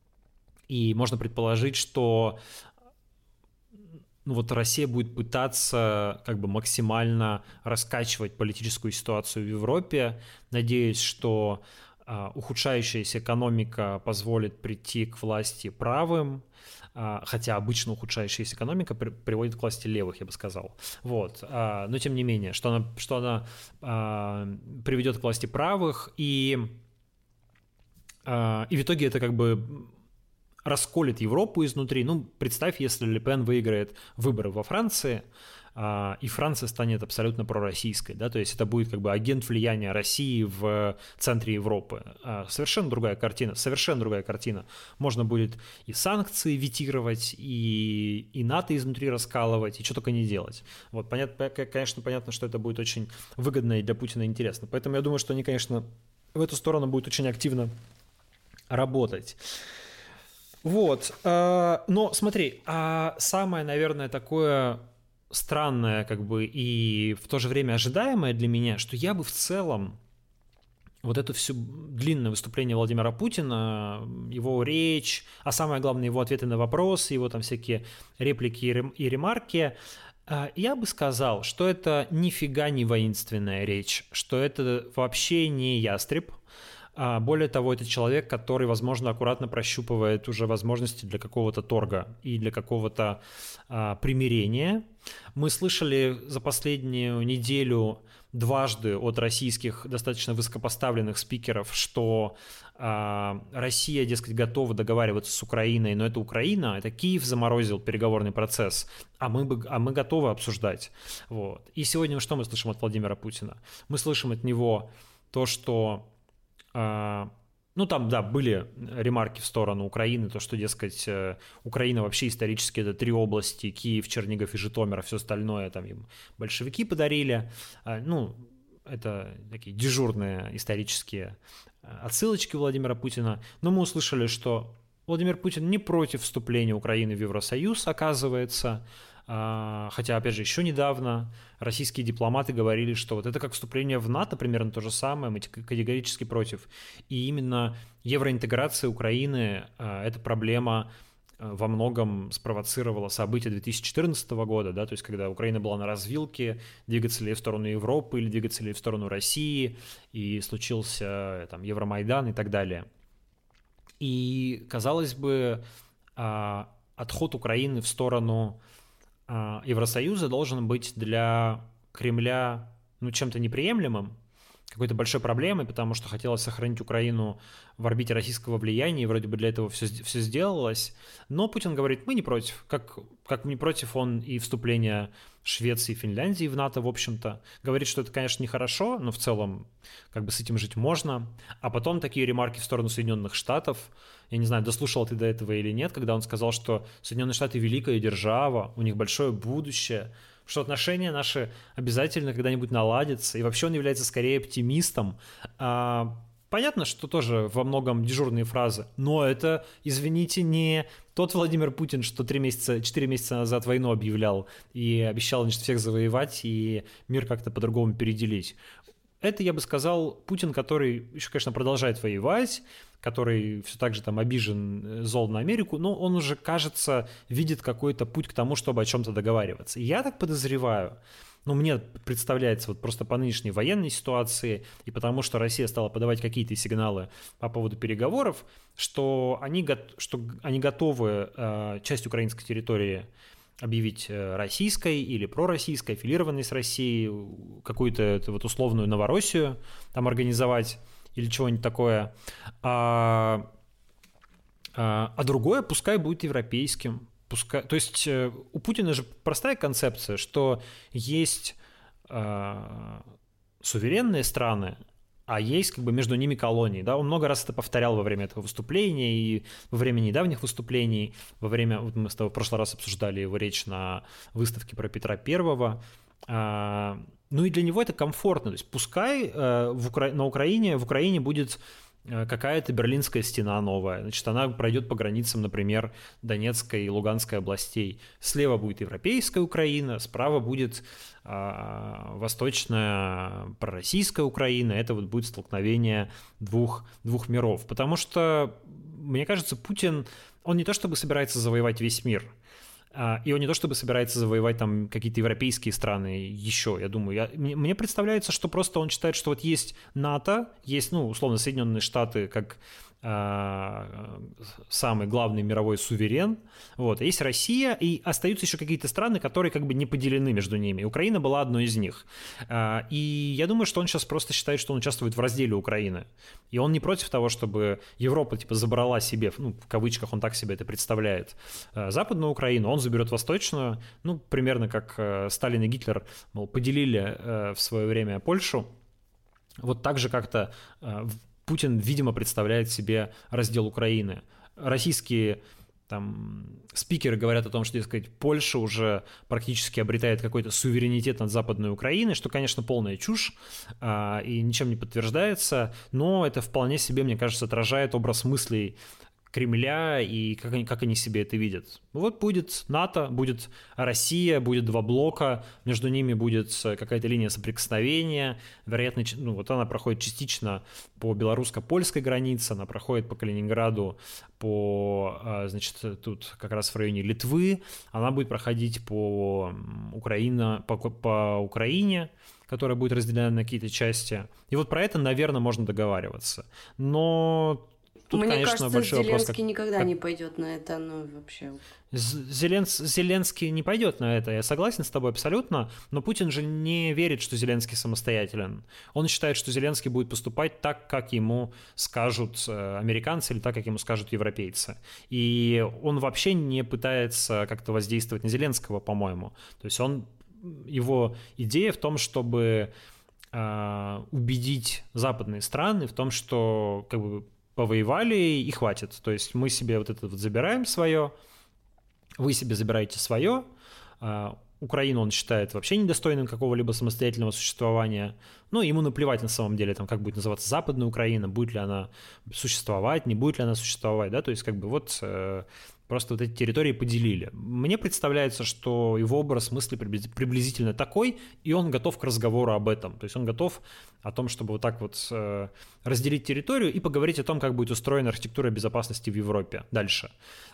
И можно предположить, что ну вот Россия будет пытаться как бы максимально раскачивать политическую ситуацию в Европе, надеясь, что uh, ухудшающаяся экономика позволит прийти к власти правым, uh, хотя обычно ухудшающаяся экономика при- приводит к власти левых, я бы сказал. Вот. Uh, но тем не менее, что она, что она uh, приведет к власти правых, и, uh, и в итоге это как бы расколет Европу изнутри. Ну, представь, если Ле Пен выиграет выборы во Франции, а, и Франция станет абсолютно пророссийской, да, то есть это будет как бы агент влияния России в центре Европы. А, совершенно другая картина, совершенно другая картина. Можно будет и санкции ветировать, и, и НАТО изнутри раскалывать, и что только не делать. Вот, понятно, конечно, понятно, что это будет очень выгодно и для Путина интересно. Поэтому я думаю, что они, конечно, в эту сторону будут очень активно работать. Вот, но смотри, самое, наверное, такое странное, как бы, и в то же время ожидаемое для меня, что я бы в целом вот это все длинное выступление Владимира Путина, его речь, а самое главное, его ответы на вопросы, его там всякие реплики и ремарки, я бы сказал, что это нифига не воинственная речь, что это вообще не ястреб. Более того, это человек, который, возможно, аккуратно прощупывает уже возможности для какого-то торга и для какого-то а, примирения. Мы слышали за последнюю неделю дважды от российских достаточно высокопоставленных спикеров, что а, Россия, дескать, готова договариваться с Украиной, но это Украина, это Киев заморозил переговорный процесс, а мы, бы, а мы готовы обсуждать. Вот. И сегодня что мы слышим от Владимира Путина? Мы слышим от него то, что ну, там, да, были ремарки в сторону Украины, то, что, дескать, Украина вообще исторически это три области, Киев, Чернигов и Житомир, а все остальное там им большевики подарили. Ну, это такие дежурные исторические отсылочки Владимира Путина. Но мы услышали, что Владимир Путин не против вступления Украины в Евросоюз, оказывается. Хотя, опять же, еще недавно российские дипломаты говорили, что вот это как вступление в НАТО, примерно то же самое, мы категорически против. И именно евроинтеграция Украины – это проблема во многом спровоцировала события две тысячи четырнадцатого года, да, то есть когда Украина была на развилке, двигаться ли в сторону Европы или двигаться ли в сторону России, и случился там Евромайдан и так далее. И, казалось бы, отход Украины в сторону Евросоюза должен быть для Кремля ну, чем-то неприемлемым, какой-то большой проблемой, потому что хотелось сохранить Украину в орбите российского влияния, и вроде бы для этого все, все сделалось. Но Путин говорит, мы не против. Как, как не против он и вступления Швеции и Финляндии в НАТО, в общем-то. Говорит, что это, конечно, нехорошо, но в целом как бы с этим жить можно. А потом такие ремарки в сторону Соединенных Штатов. Я не знаю, дослушал ты до этого или нет, когда он сказал, что Соединенные Штаты великая держава, у них большое будущее, что отношения наши обязательно когда-нибудь наладятся, и вообще он является скорее оптимистом. А, понятно, что тоже во многом дежурные фразы, но это, извините, не тот Владимир Путин, что три месяца, четыре месяца назад войну объявлял и обещал, значит, всех завоевать и мир как-то по-другому переделить. это, я бы сказал, Путин, который еще, конечно, продолжает воевать, который все так же там обижен, зол на Америку, но он уже, кажется, видит какой-то путь к тому, чтобы о чем-то договариваться. И я так подозреваю, ну, мне представляется вот просто по нынешней военной ситуации и потому, что Россия стала подавать какие-то сигналы по поводу переговоров, что они, что они готовы э, часть украинской территории объявить российской или пророссийской, аффилированной с Россией, какую-то вот условную Новороссию там организовать или чего-нибудь такое. А, а, а другое пускай будет европейским. Пускай, то есть у Путина же простая концепция, что есть а, суверенные страны, а есть как бы между ними колонии. Да? Он много раз это повторял во время этого выступления и во время недавних выступлений, во время, вот мы с тобой в прошлый раз обсуждали его речь на выставке про Петра Первого. А, ну и для него это комфортно. То есть пускай а, в Укра... на Украине, в Украине будет какая-то Берлинская стена новая. Значит, она пройдет по границам, например, Донецкой и Луганской областей. Слева будет европейская Украина, справа будет а, восточная пророссийская Украина. Это вот будет столкновение двух, двух миров. Потому что, мне кажется, Путин, он не то чтобы собирается завоевать весь мир, и он не то чтобы собирается завоевать там какие-то европейские страны еще, я думаю. Я, мне представляется, что просто он считает, что вот есть НАТО, есть, ну, условно, Соединенные Штаты как э, самый главный мировой суверен, вот, есть Россия, и остаются еще какие-то страны, которые как бы не поделены между ними. И Украина была одной из них. Э, и я думаю, что он сейчас просто считает, что он участвует в разделе Украины. И он не против того, чтобы Европа типа забрала себе, ну, в кавычках он так себе это представляет, э, Западную Украину, он заберет Восточную, ну, примерно как э, Сталин и Гитлер, мол, поделили э, в свое время Польшу. Вот так же как-то э, Путин, видимо, представляет себе раздел Украины. Российские там спикеры говорят о том, что, дескать, Польша уже практически обретает какой-то суверенитет над Западной Украиной, что, конечно, полная чушь э, и ничем не подтверждается, но это вполне себе, мне кажется, отражает образ мыслей Кремля и как они, как они себе это видят. Вот будет НАТО, будет Россия, будет два блока, между ними будет какая-то линия соприкосновения, вероятно, ну, вот она проходит частично по белорусско-польской границе, она проходит по Калининграду, по, значит, тут как раз в районе Литвы, она будет проходить по, Украина, по, по Украине, которая будет разделена на какие-то части. И вот про это, наверное, можно договариваться. Но тут, мне конечно, кажется, большой Зеленский вопрос, как... никогда не пойдет на это, ну вообще. Зеленс... Зеленский не пойдет на это, я согласен с тобой абсолютно, но Путин же не верит, что Зеленский самостоятелен. Он считает, что Зеленский будет поступать так, как ему скажут американцы или так, как ему скажут европейцы. И он вообще не пытается как-то воздействовать на Зеленского, по-моему. То есть он... его идея в том, чтобы э, убедить западные страны в том, что как бы повоевали и хватит. То есть мы себе вот это вот забираем свое, вы себе забираете свое. Украину он считает вообще недостойным какого-либо самостоятельного существования. Ну, ему наплевать на самом деле, там, как будет называться Западная Украина, будет ли она существовать, не будет ли она существовать, да, то есть как бы вот просто вот эти территории поделили. Мне представляется, что его образ мысли приблизительно такой, и он готов к разговору об этом. То есть он готов о том, чтобы вот так вот э, разделить территорию и поговорить о том, как будет устроена архитектура безопасности в Европе дальше.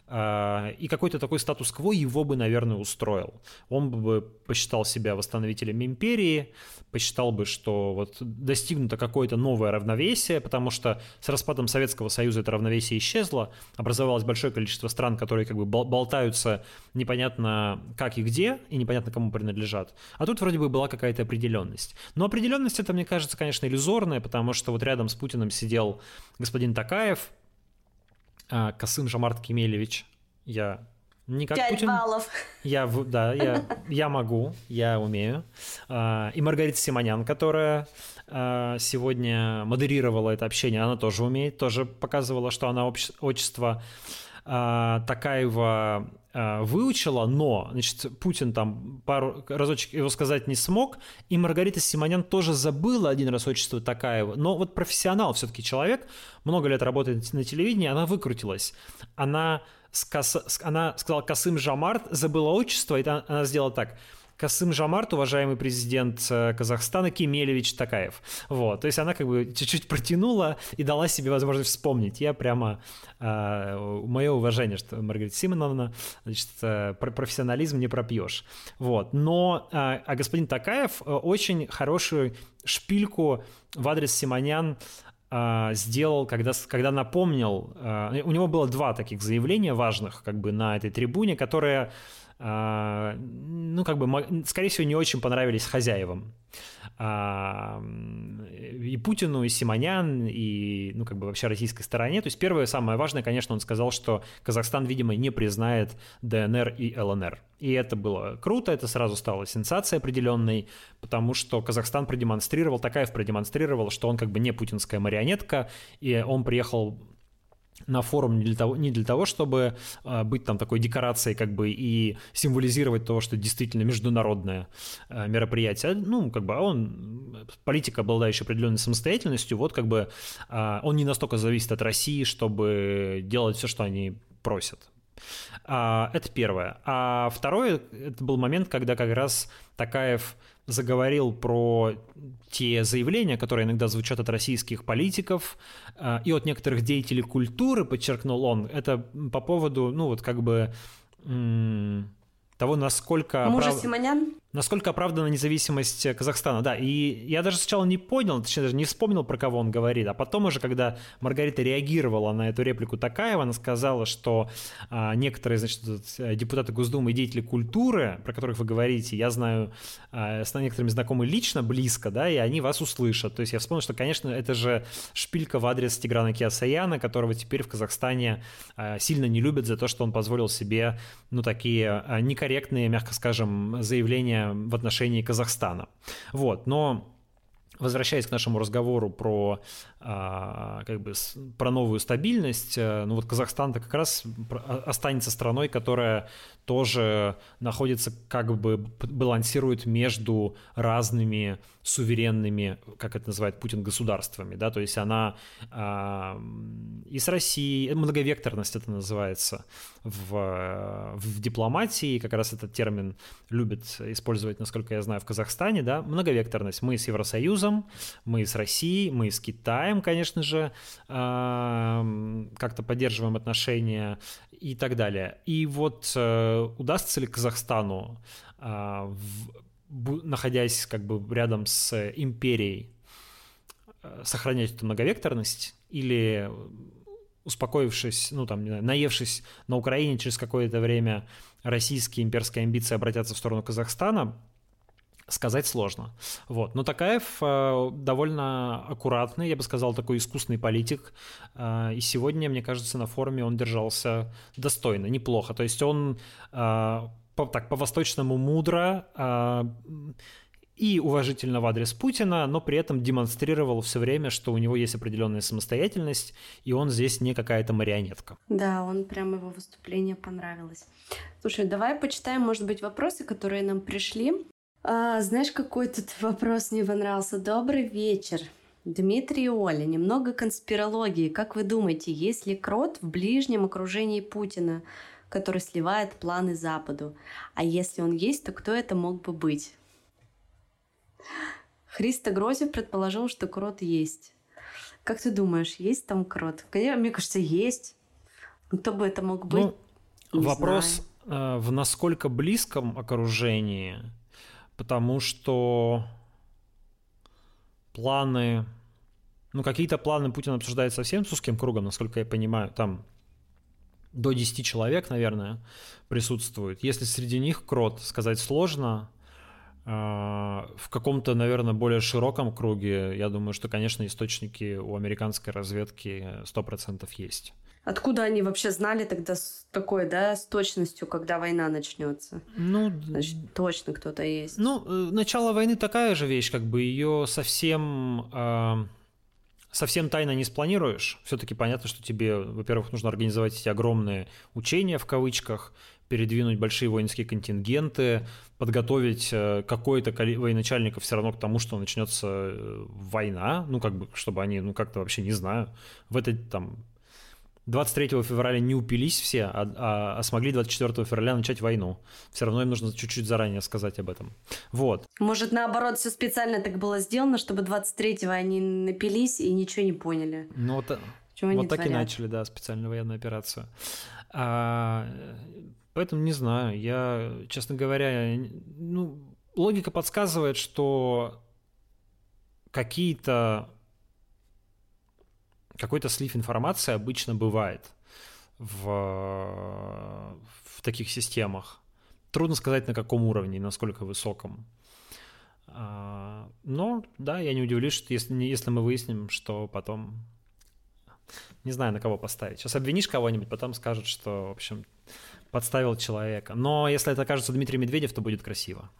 Э, и какой-то такой статус-кво его бы, наверное, устроил. Он бы посчитал себя восстановителем империи, посчитал бы, что вот достигнуто какое-то новое равновесие, потому что с распадом Советского Союза это равновесие исчезло, образовалось большое количество стран, которые как бы болтаются непонятно как и где, и непонятно кому принадлежат. А тут вроде бы была какая-то определенность. Но определенность это, мне кажется, конечно, иллюзорная, потому что вот рядом с Путиным сидел господин Токаев, Касым-Жомарт Кемелевич. Я не как Пять Путин. баллов. Я, да, я, я могу, я умею. И Маргарита Симонян, которая сегодня модерировала это общение, она тоже умеет, тоже показывала, что она отчество Токаева выучила, но, значит, Путин там пару разочек его сказать не смог, и Маргарита Симонян тоже забыла один раз отчество Токаева, но вот профессионал все-таки человек, много лет работает на телевидении, она выкрутилась, она, скас... она сказала Касым-Жомарт, забыла отчество, и она сделала так: Касым-Жомарт, уважаемый президент Казахстана, Кемелевич Токаев. Вот, то есть она как бы чуть-чуть протянула и дала себе возможность вспомнить. Я прямо, э, мое уважение, что Маргарита Симоновна, значит, э, профессионализм не пропьешь. Вот, но э, а господин Токаев очень хорошую шпильку в адрес Симонян сделал, когда, когда напомнил, у него было два таких заявления важных как бы на этой трибуне, которые, ну, как бы, скорее всего, не очень понравились хозяевам. И Путину, и Симонян, и, ну, как бы вообще российской стороне. То есть первое, самое важное, конечно, он сказал, что Казахстан, видимо, не признает ДНР и ЛНР. И это было круто, это сразу стало сенсацией определенной, потому что Казахстан продемонстрировал, Токаев продемонстрировал, что он как бы не путинская марионетка, и он приехал на форум не для того, не для того, чтобы э, быть там такой декорацией как бы и символизировать то, что действительно международное э, мероприятие. Ну, как бы он, политик, обладающий определенной самостоятельностью, вот как бы э, он не настолько зависит от России, чтобы делать все, что они просят. А, это первое. А второе, это был момент, когда как раз Токаев заговорил про те заявления, которые иногда звучат от российских политиков и от некоторых деятелей культуры, подчеркнул он, это по поводу, ну вот как бы того, насколько... Мужа прав... Симонян? Насколько оправдана независимость Казахстана, да, и я даже сначала не понял, точнее даже не вспомнил, про кого он говорит, а потом уже, когда Маргарита реагировала на эту реплику Токаева, она сказала, что а, некоторые, значит, депутаты Госдумы и деятели культуры, про которых вы говорите, я знаю, а, с некоторыми знакомы лично, близко, да, и они вас услышат, то есть я вспомнил, что, конечно, это же шпилька в адрес Тиграна Кеосаяна, которого теперь в Казахстане а, сильно не любят за то, что он позволил себе, ну, такие а, некорректные, мягко скажем, заявления в отношении Казахстана. Вот, но возвращаясь к нашему разговору про, а, как бы, про новую стабильность, ну вот Казахстан-то как раз останется страной, которая тоже находится, как бы балансирует между разными суверенными, как это называет Путин, государствами, да, то есть она а, и с Россией, многовекторность это называется в, в дипломатии, как раз этот термин любят использовать, насколько я знаю, в Казахстане, да, многовекторность. Мы с Евросоюзом, мы с Россией, мы с Китаем, конечно же, а, как-то поддерживаем отношения и так далее. И вот а, удастся ли Казахстану, а, в находясь как бы рядом с империей, сохранять эту многовекторность, или, успокоившись, ну там, не знаю, наевшись на Украине, через какое-то время российские имперские амбиции обратятся в сторону Казахстана, сказать сложно. Вот. Но Токаев э, довольно аккуратный, я бы сказал, такой искусный политик, э, и сегодня, мне кажется, на форуме он держался достойно, неплохо. То есть он э, по, так, по-восточному мудро э, и уважительно в адрес Путина, но при этом демонстрировал все время, что у него есть определенная самостоятельность, и он здесь не какая-то марионетка. Да, он прям, его выступление понравилось. Слушай, давай почитаем, может быть, вопросы, которые нам пришли. А, знаешь, какой тут вопрос мне понравился? Добрый вечер, Дмитрий и Оля. Немного конспирологии. Как вы думаете, есть ли крот в ближнем окружении Путина, который сливает планы Западу? А если он есть, то кто это мог бы быть? Христо Грозев предположил, что крот есть. Как ты думаешь, есть там крот? Конечно, мне кажется, есть. Кто бы это мог быть? Ну, вопрос, э, в насколько близком окружении, потому что планы... Ну, какие-то планы Путин обсуждает совсем с узким кругом, насколько я понимаю. Там до десяти человек, наверное, присутствует. Если среди них крот, сказать сложно. В каком-то, наверное, более широком круге, я думаю, что, конечно, источники у американской разведки сто процентов есть. Откуда они вообще знали тогда с такой, да, с точностью, когда война начнется? Ну, значит, точно кто-то есть. Ну, начало войны такая же вещь, как бы ее совсем, э, совсем тайно не спланируешь. Все-таки понятно, что тебе, во-первых, нужно организовать эти огромные учения, в кавычках, передвинуть большие воинские контингенты, подготовить какое-то военачальников все равно к тому, что начнется война, ну, как бы, чтобы они, ну, как-то вообще, не знаю, в этой там... двадцать третьего февраля не упились все, а, а, а смогли двадцать четвёртого февраля начать войну. Все равно им нужно чуть-чуть заранее сказать об этом. Вот. Может, наоборот, все специально так было сделано, чтобы двадцать третьего они напились и ничего не поняли. Ну, вот, вот так и начали, да, специальную военную операцию. А, поэтому не знаю. Я, честно говоря, ну, логика подсказывает, что какие-то какой-то слив информации обычно бывает в, в таких системах. Трудно сказать, на каком уровне и насколько высоком. Но, да, я не удивлюсь, что если, если мы выясним, что потом... Не знаю, на кого поставить. Сейчас обвинишь кого-нибудь, потом скажут, что, в общем, подставил человека. Но если это окажется Дмитрий Медведев, то будет красиво.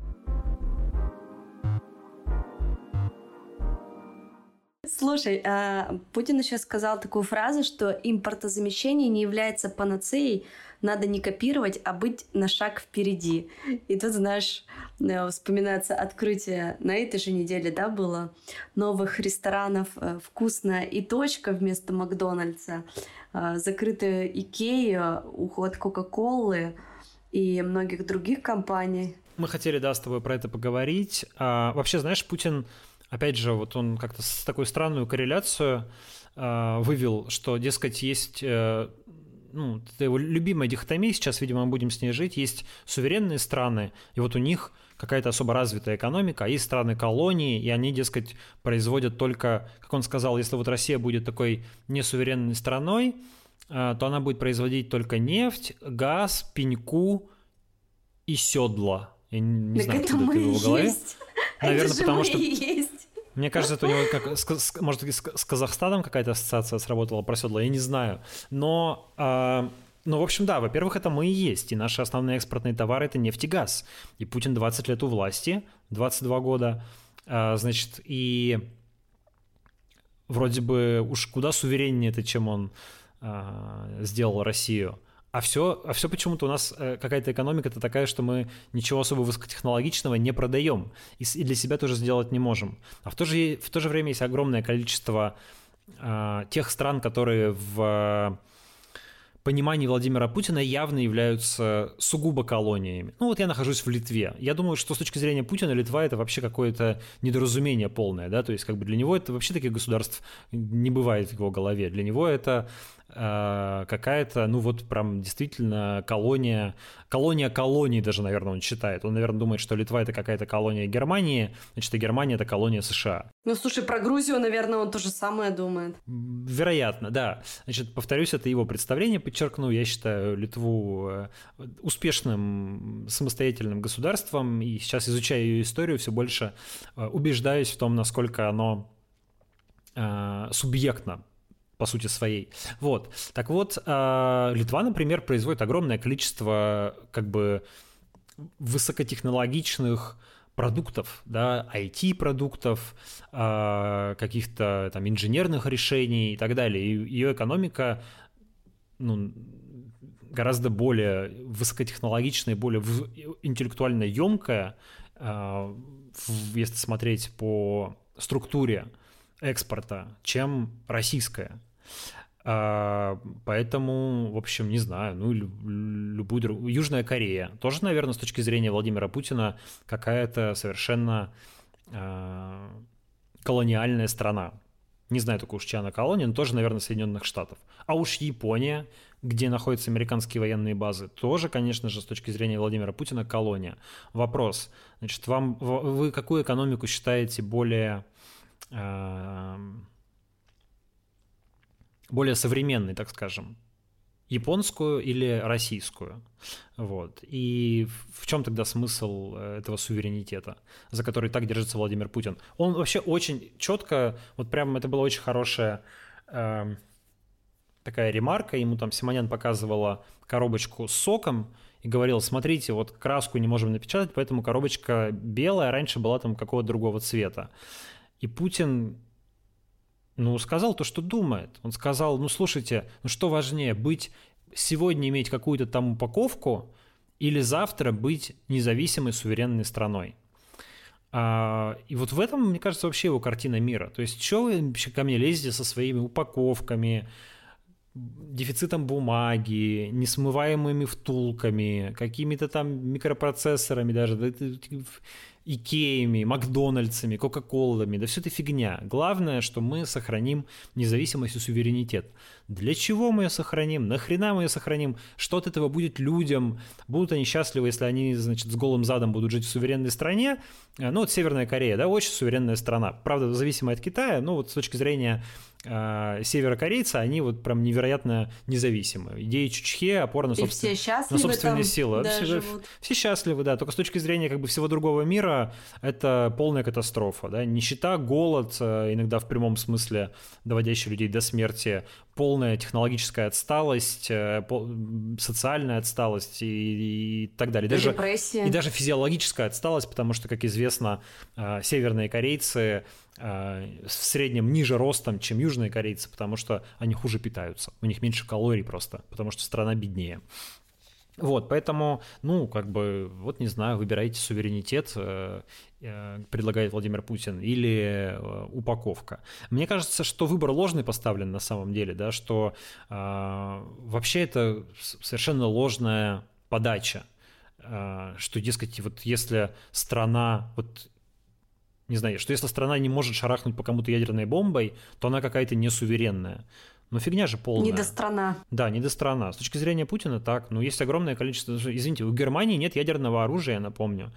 Слушай, Путин еще сказал такую фразу, что импортозамещение не является панацеей, надо не копировать, а быть на шаг впереди. И тут, знаешь, вспоминается открытие на этой же неделе, да, было новых ресторанов «Вкусно» и «Точка» вместо Макдональдса, закрытая Икея, уход Кока-Колы и многих других компаний. Мы хотели, да, с тобой про это поговорить. А, вообще, знаешь, Путин... Опять же, вот он как-то с такой странную корреляцию э, вывел, что, дескать, есть, э, ну, это его любимая дихотомия, сейчас, видимо, мы будем с ней жить, есть суверенные страны, и вот у них какая-то особо развитая экономика, а есть страны-колонии, и они, дескать, производят только, как он сказал, если вот Россия будет такой несуверенной страной, э, то она будет производить только нефть, газ, пеньку и седла. Я не так знаю, это откуда это в его голове. Есть. Наверное, это же потому мы что... Есть. Мне кажется, это у него, как, с, может, с Казахстаном какая-то ассоциация сработала, проседла, я не знаю. Но, э, ну, в общем, да, во-первых, это мы и есть. И наши основные экспортные товары – это нефть и газ. И Путин двадцать лет у власти, двадцать два года. Э, значит, и вроде бы уж куда сувереннее это, чем он э, сделал Россию. А все, а все почему-то у нас какая-то экономика-то такая, что мы ничего особо высокотехнологичного не продаем и, и для себя тоже сделать не можем. А в то же, в то же время есть огромное количество э, тех стран, которые в понимании Владимира Путина явно являются сугубо колониями. Ну вот я нахожусь в Литве. Я думаю, что с точки зрения Путина Литва – это вообще какое-то недоразумение полное, да, то есть как бы для него это вообще таких государств не бывает в его голове. Для него это э, какая-то, ну вот прям действительно колония, колония колоний даже, наверное, он считает. Он, наверное, думает, что Литва – это какая-то колония Германии, значит, а Германия – это колония США. Ну, слушай, про Грузию, наверное, он то же самое думает. Вероятно, да. Значит, повторюсь, это его представление, подчеркну. Я считаю Литву успешным самостоятельным государством, и сейчас, изучая ее историю, все больше убеждаюсь в том, насколько оно э, субъектно по сути своей. Вот. Так вот, э, Литва, например, производит огромное количество как бы высокотехнологичных продуктов, да, ай ти-продуктов, э, каких-то там инженерных решений и так далее. И ее экономика, ну, гораздо более высокотехнологичная, более интеллектуально емкая, э, если смотреть по структуре экспорта, чем российская. Поэтому, в общем, не знаю, ну, любую другую... Южная Корея тоже, наверное, с точки зрения Владимира Путина какая-то совершенно э, колониальная страна. Не знаю только уж, чья она колония, но тоже, наверное, Соединенных Штатов. А уж Япония, где находятся американские военные базы, тоже, конечно же, с точки зрения Владимира Путина колония. Вопрос, значит, вам, вы какую экономику считаете более... Э, более современной, так скажем, японскую или российскую. Вот. И в чем тогда смысл этого суверенитета, за который так держится Владимир Путин? Он вообще очень четко, вот прям это была очень хорошая э, такая ремарка, ему там Симонян показывала коробочку с соком и говорил: смотрите, вот краску не можем напечатать, поэтому коробочка белая, раньше была там какого-то другого цвета. И Путин... Ну, сказал то, что думает. Он сказал, ну, слушайте, ну что важнее, быть сегодня иметь какую-то там упаковку или завтра быть независимой суверенной страной. А, и вот в этом, мне кажется, вообще его картина мира. То есть, что вы вообще ко мне лезете со своими упаковками, дефицитом бумаги, несмываемыми втулками, какими-то там микропроцессорами даже, Икеями, Макдональдсами, Кока-Колами, да все это фигня. Главное, что мы сохраним независимость и суверенитет. Для чего мы ее сохраним? Нахрена мы ее сохраним? Что от этого будет людям? Будут они счастливы, если они, значит, с голым задом будут жить в суверенной стране? Ну, вот Северная Корея, да, очень суверенная страна. Правда, зависимая от Китая, но вот с точки зрения э, северокорейца, они вот прям невероятно независимы. Идея Чучхе опора на, собствен... на собственные силы. Да, все, все счастливы, да, только с точки зрения как бы всего другого мира это полная катастрофа, да, нищета, голод, иногда в прямом смысле доводящий людей до смерти, полная технологическая отсталость, социальная отсталость и, и так далее. Даже, и даже физиологическая отсталость, потому что, как известно, северные корейцы в среднем ниже ростом, чем южные корейцы, потому что они хуже питаются, у них меньше калорий просто, потому что страна беднее. Вот, поэтому, ну, как бы, вот не знаю, выбирайте суверенитет, э, э, предлагает Владимир Путин, или э, упаковка. Мне кажется, что выбор ложный поставлен на самом деле, да, что э, вообще это совершенно ложная подача, э, что, дескать, вот если страна, вот, не знаю, что если страна не может шарахнуть по кому-то ядерной бомбой, то она какая-то несуверенная. Ну, фигня же полная. Недострана. Да, недострана. С точки зрения Путина так. Ну, есть огромное количество... Извините, у Германии нет ядерного оружия, я напомню.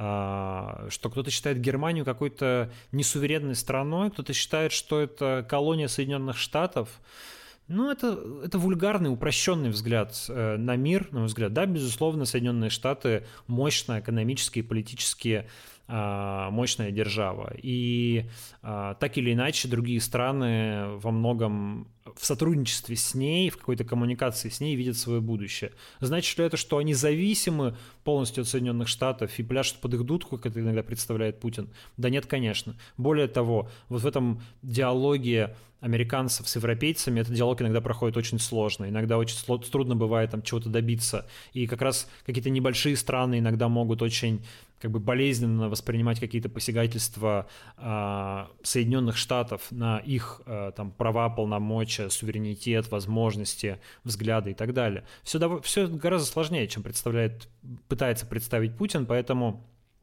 А, что кто-то считает Германию какой-то несуверенной страной, кто-то считает, что это колония Соединенных Штатов. Ну, это, это вульгарный, упрощенный взгляд на мир, на мой взгляд. Да, безусловно, Соединенные Штаты мощная экономически и политически мощная держава. И так или иначе другие страны во многом в сотрудничестве с ней, в какой-то коммуникации с ней видят свое будущее. Значит ли это, что они зависимы полностью от Соединенных Штатов и пляшут под их дудку, как это иногда представляет Путин? Да нет, конечно. Более того, вот в этом диалоге американцев с европейцами этот диалог иногда проходит очень сложно, иногда очень трудно бывает там чего-то добиться, и как раз какие-то небольшие страны иногда могут очень как бы болезненно воспринимать какие-то посягательства э, Соединенных Штатов на их э, там права, полномочия, суверенитет, возможности, взгляды и так далее. Все, дов- все гораздо сложнее, чем представляет, пытается представить Путин, поэтому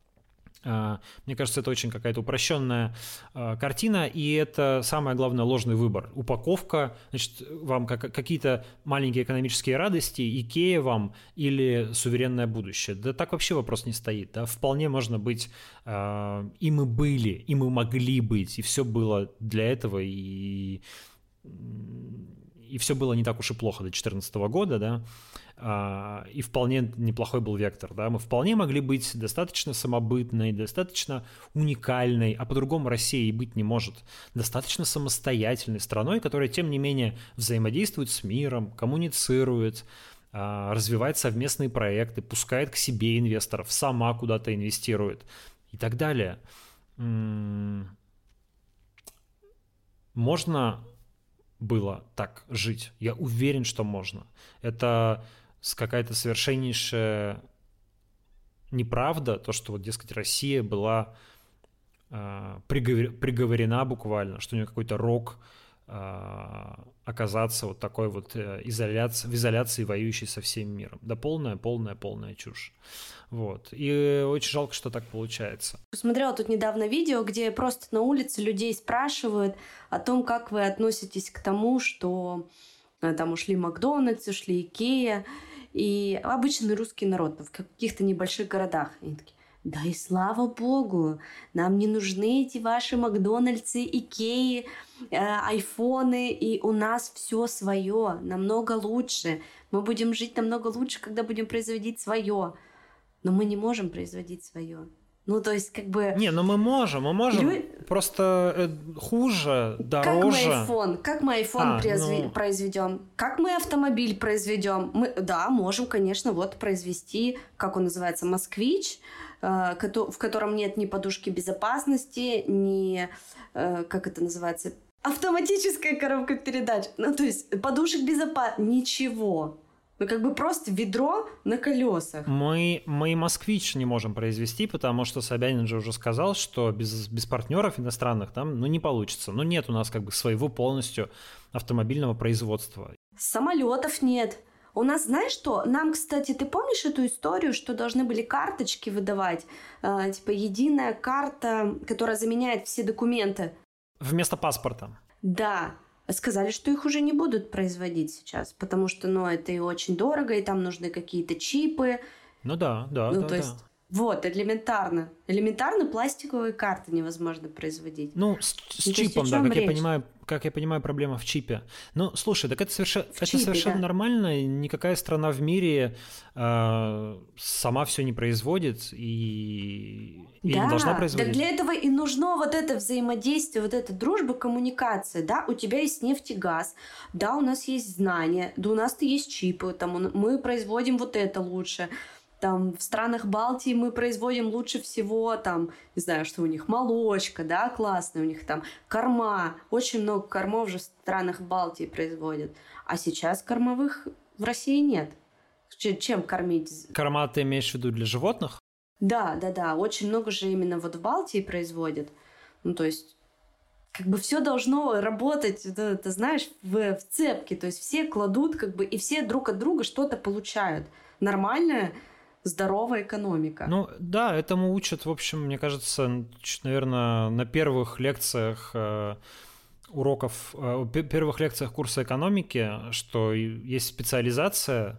мне кажется, это очень какая-то упрощенная э, картина, и это самое главное ложный выбор. Упаковка, значит, вам как, какие-то маленькие экономические радости, Икея вам или суверенное будущее. Да так вообще вопрос не стоит. Да? Вполне можно быть, э, и мы были, и мы могли быть, и все было для этого, и, и все было не так уж и плохо до две тысячи четырнадцатого года, да. И вполне неплохой был вектор, да, мы вполне могли быть достаточно самобытной, достаточно уникальной, а по-другому Россия и быть не может, достаточно самостоятельной страной, которая, тем не менее, взаимодействует с миром, коммуницирует, развивает совместные проекты, пускает к себе инвесторов, сама куда-то инвестирует и так далее. Можно было так жить? Я уверен, что можно. Это какая-то совершеннейшая неправда, то, что вот, дескать, Россия была э, приговор, приговорена буквально, что у нее какой-то рок э, оказаться вот такой вот э, изоляции, в изоляции, воюющей со всем миром. Да полная, полная, полная чушь. Вот. И очень жалко, что так получается. Смотрела тут недавно видео, где просто на улице людей спрашивают о том, как вы относитесь к тому, что там ушли Макдональдс, ушли Икея, и обычный русский народ в каких-то небольших городах. Они такие: да и слава богу, нам не нужны эти ваши Макдональдсы, Икеи, э, айфоны, и у нас все свое, намного лучше. Мы будем жить намного лучше, когда будем производить свое. Но мы не можем производить свое. Ну, то есть, как бы... Не, ну мы можем, мы можем, Лю... просто э, хуже, дороже. Как мы iPhone, как мы iPhone а, произв... ну... произведем? Как мы автомобиль произведем? Мы, да, можем, конечно, вот произвести, как он называется, «Москвич», э, в котором нет ни подушки безопасности, ни, э, как это называется, автоматическая коробка передач. Ну, то есть, подушек безопасности, ничего. Ну, как бы просто ведро на колесах. Мы, мы и «Москвич» не можем произвести, потому что Собянин же уже сказал, что без, без партнеров иностранных там, ну, не получится. Ну, нет у нас как бы своего полностью автомобильного производства. Самолетов нет. У нас, знаешь что? Нам, кстати, ты помнишь эту историю, что должны были карточки выдавать? Э, типа единая карта, которая заменяет все документы. Вместо паспорта. Да. Сказали, что их уже не будут производить сейчас, потому что, ну, это и очень дорого, и там нужны какие-то чипы. Ну да, да, ну, да, то да. есть, вот, элементарно. Элементарно пластиковые карты невозможно производить. Ну, с, с ну, чипом, да, как речь? я понимаю, как я понимаю, проблема в чипе. Ну, слушай, так это совершенно, это чипе, совершенно да. нормально. Никакая страна в мире э, сама все не производит и, и да, не должна производить. Так для этого и нужно вот это взаимодействие, вот эта дружба, коммуникация. Да, у тебя есть нефть и газ, да, у нас есть знания, да, у нас-то есть чипы, там, мы производим вот это лучше. Там в странах Балтии мы производим лучше всего, там, не знаю, что у них молочка, да, классная, у них там корма, очень много кормов же в странах Балтии производят. А сейчас кормовых в России нет. Чем кормить? Корма ты имеешь в виду для животных? Да, да, да, очень много же именно вот в Балтии производят. Ну, то есть, как бы все должно работать, ты, ты знаешь, в, в цепке. То есть все кладут, как бы, и все друг от друга что-то получают. Нормальная, здоровая экономика. Ну, да, этому учат, в общем, мне кажется, наверное, на первых лекциях э, уроков, э, первых лекциях курса экономики, что есть специализация.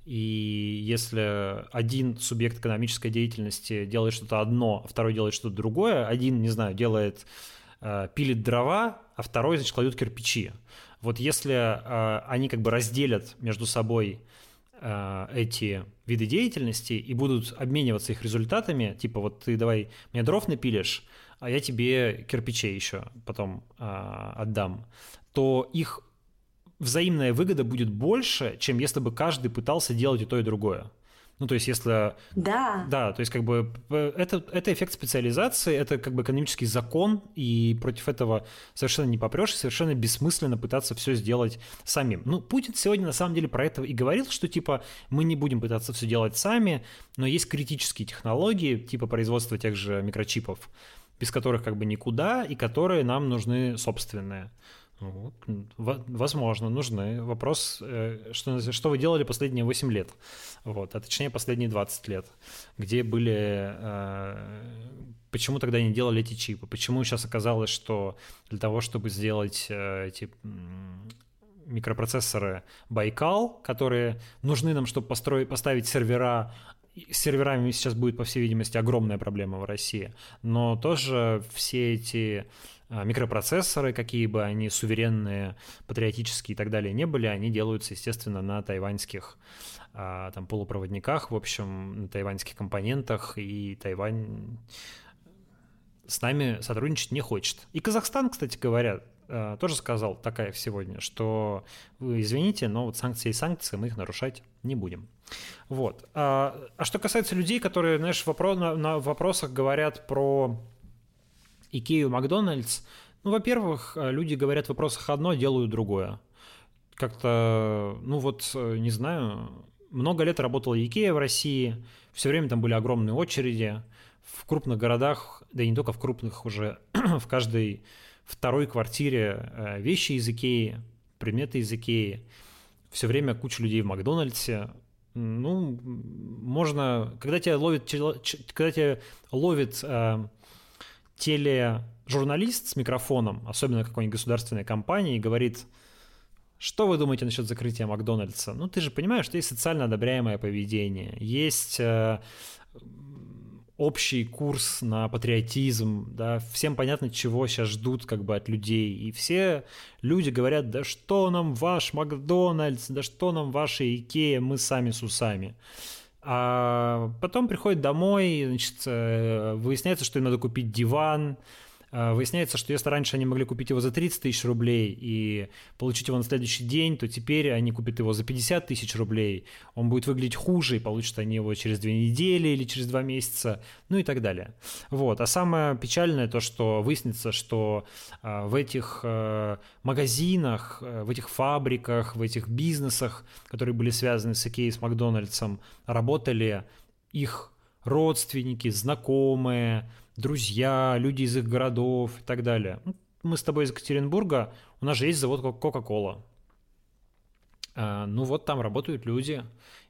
И если один субъект экономической деятельности делает что-то одно, а второй делает что-то другое, один, не знаю, делает, э, пилит дрова, а второй, значит, кладет кирпичи. Вот если э, они как бы разделят между собой э, эти виды деятельности и будут обмениваться их результатами, типа вот ты давай мне дров напилишь, а я тебе кирпичей еще потом э, отдам, то их взаимная выгода будет больше, чем если бы каждый пытался делать и то, и другое. Ну, то есть, если... Да. Да, то есть, как бы, это, это эффект специализации, это как бы экономический закон, и против этого совершенно не попрешь, и совершенно бессмысленно пытаться все сделать самим. Ну, Путин сегодня на самом деле про это и говорил, что, типа, мы не будем пытаться все делать сами, но есть критические технологии, типа производства тех же микрочипов, без которых как бы никуда, и которые нам нужны собственные. Ну, возможно, нужны. Вопрос, что, что вы делали последние восемь лет, вот, а точнее последние двадцать лет, где были, почему тогда не делали эти чипы, почему сейчас оказалось, что для того, чтобы сделать эти микропроцессоры Байкал, которые нужны нам, чтобы построить, поставить сервера, с серверами сейчас будет, по всей видимости, огромная проблема в России, но тоже все эти микропроцессоры, какие бы они суверенные, патриотические и так далее не были, они делаются, естественно, на тайваньских там, полупроводниках, в общем, на тайваньских компонентах, и Тайвань с нами сотрудничать не хочет. И Казахстан, кстати говоря, тоже сказал, Такаев сегодня, что вы извините, но вот санкции и санкции, мы их нарушать не будем. Вот. А, а что касается людей, которые, знаешь, вопрос, на, на вопросах говорят про Икею, Макдональдс, ну, во-первых, люди говорят в вопросах одно, делают другое. Как-то, ну вот, не знаю, много лет работала Икея в России, все время там были огромные очереди, в крупных городах, да и не только в крупных уже, в каждой второй квартире вещи из Икеи, предметы из Икеи, все время куча людей в Макдональдсе. Ну, можно, когда тебя ловит, когда тебя ловит тележурналист с микрофоном, особенно какой-нибудь государственной компании, и говорит: что вы думаете насчет закрытия Макдональдса? Ну, ты же понимаешь, что есть социально одобряемое поведение, есть э, общий курс на патриотизм, да, всем понятно, чего сейчас ждут как бы от людей, и все люди говорят: да что нам ваш Макдональдс, да что нам ваша Икея, мы сами с усами. А потом приходит домой, значит, выясняется, что им надо купить диван, выясняется, что если раньше они могли купить его за тридцать тысяч рублей и получить его на следующий день, то теперь они купят его за пятьдесят тысяч рублей, он будет выглядеть хуже, и получат они его через две недели или через два месяца, ну и так далее. Вот. А самое печальное то, что выяснится, что в этих магазинах, в этих фабриках, в этих бизнесах, которые были связаны с Икеей, с Макдональдсом, работали их родственники, знакомые, друзья, люди из их городов и так далее. Мы с тобой из Екатеринбурга, у нас же есть завод Coca-Cola. ну вот там работают люди.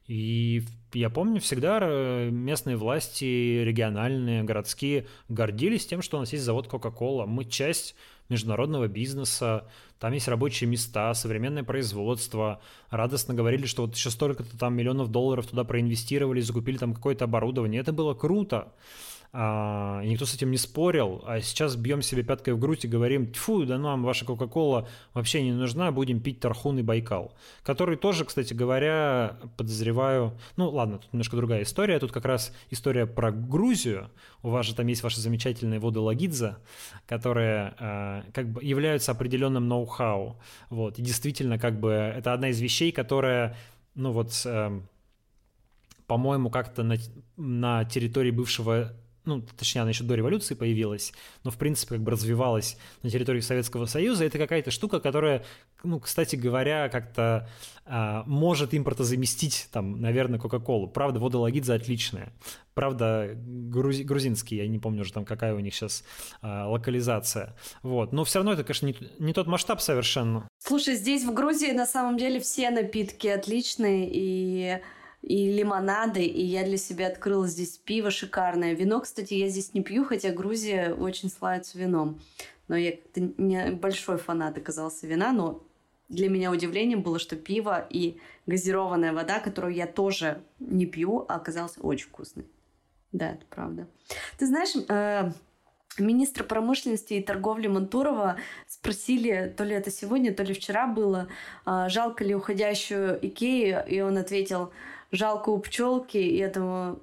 И я помню, всегда местные власти, региональные, городские гордились тем, что у нас есть завод Coca-Cola. Мы часть международного бизнеса, там есть рабочие места, современное производство. Радостно говорили, что вот еще столько-то там миллионов долларов туда проинвестировали, закупили там какое-то оборудование. Это было круто. А, и никто с этим не спорил, а сейчас бьем себе пяткой в грудь и говорим: тьфу, да нам ваша Кока-Кола вообще не нужна, будем пить Тархун и Байкал, который тоже, кстати говоря, подозреваю, ну ладно, тут немножко другая история, тут как раз история про Грузию, у вас же там есть ваши замечательные воды Лагидзе, которые а, как бы являются определенным ноу-хау, вот, и действительно как бы это одна из вещей, которая, ну вот, а, по-моему, как-то на, на территории бывшего, ну, точнее, она еще до революции появилась, но, в принципе, как бы развивалась на территории Советского Союза. Это какая-то штука, которая, ну, кстати говоря, как-то а, может импортозаместить, там, наверное, Кока-Колу. Правда, вода Лагидзе отличная. Правда, грузи- грузинские, я не помню уже там, какая у них сейчас а, локализация. Вот. Но все равно это, конечно, не, не тот масштаб совершенно. Слушай, здесь в Грузии на самом деле все напитки отличные, и... и лимонады, и я для себя открыла здесь пиво шикарное. Вино, кстати, я здесь не пью, хотя Грузия очень славится вином. Но я как-то не большой фанат оказался вина, но для меня удивлением было, что пиво и газированная вода, которую я тоже не пью, оказалась очень вкусной. Да, это правда. Ты знаешь, э- министра промышленности и торговли Мантурова спросили, то ли это сегодня, то ли вчера было, э- жалко ли уходящую Икею, и он ответил: жалко у пчелки, и этому...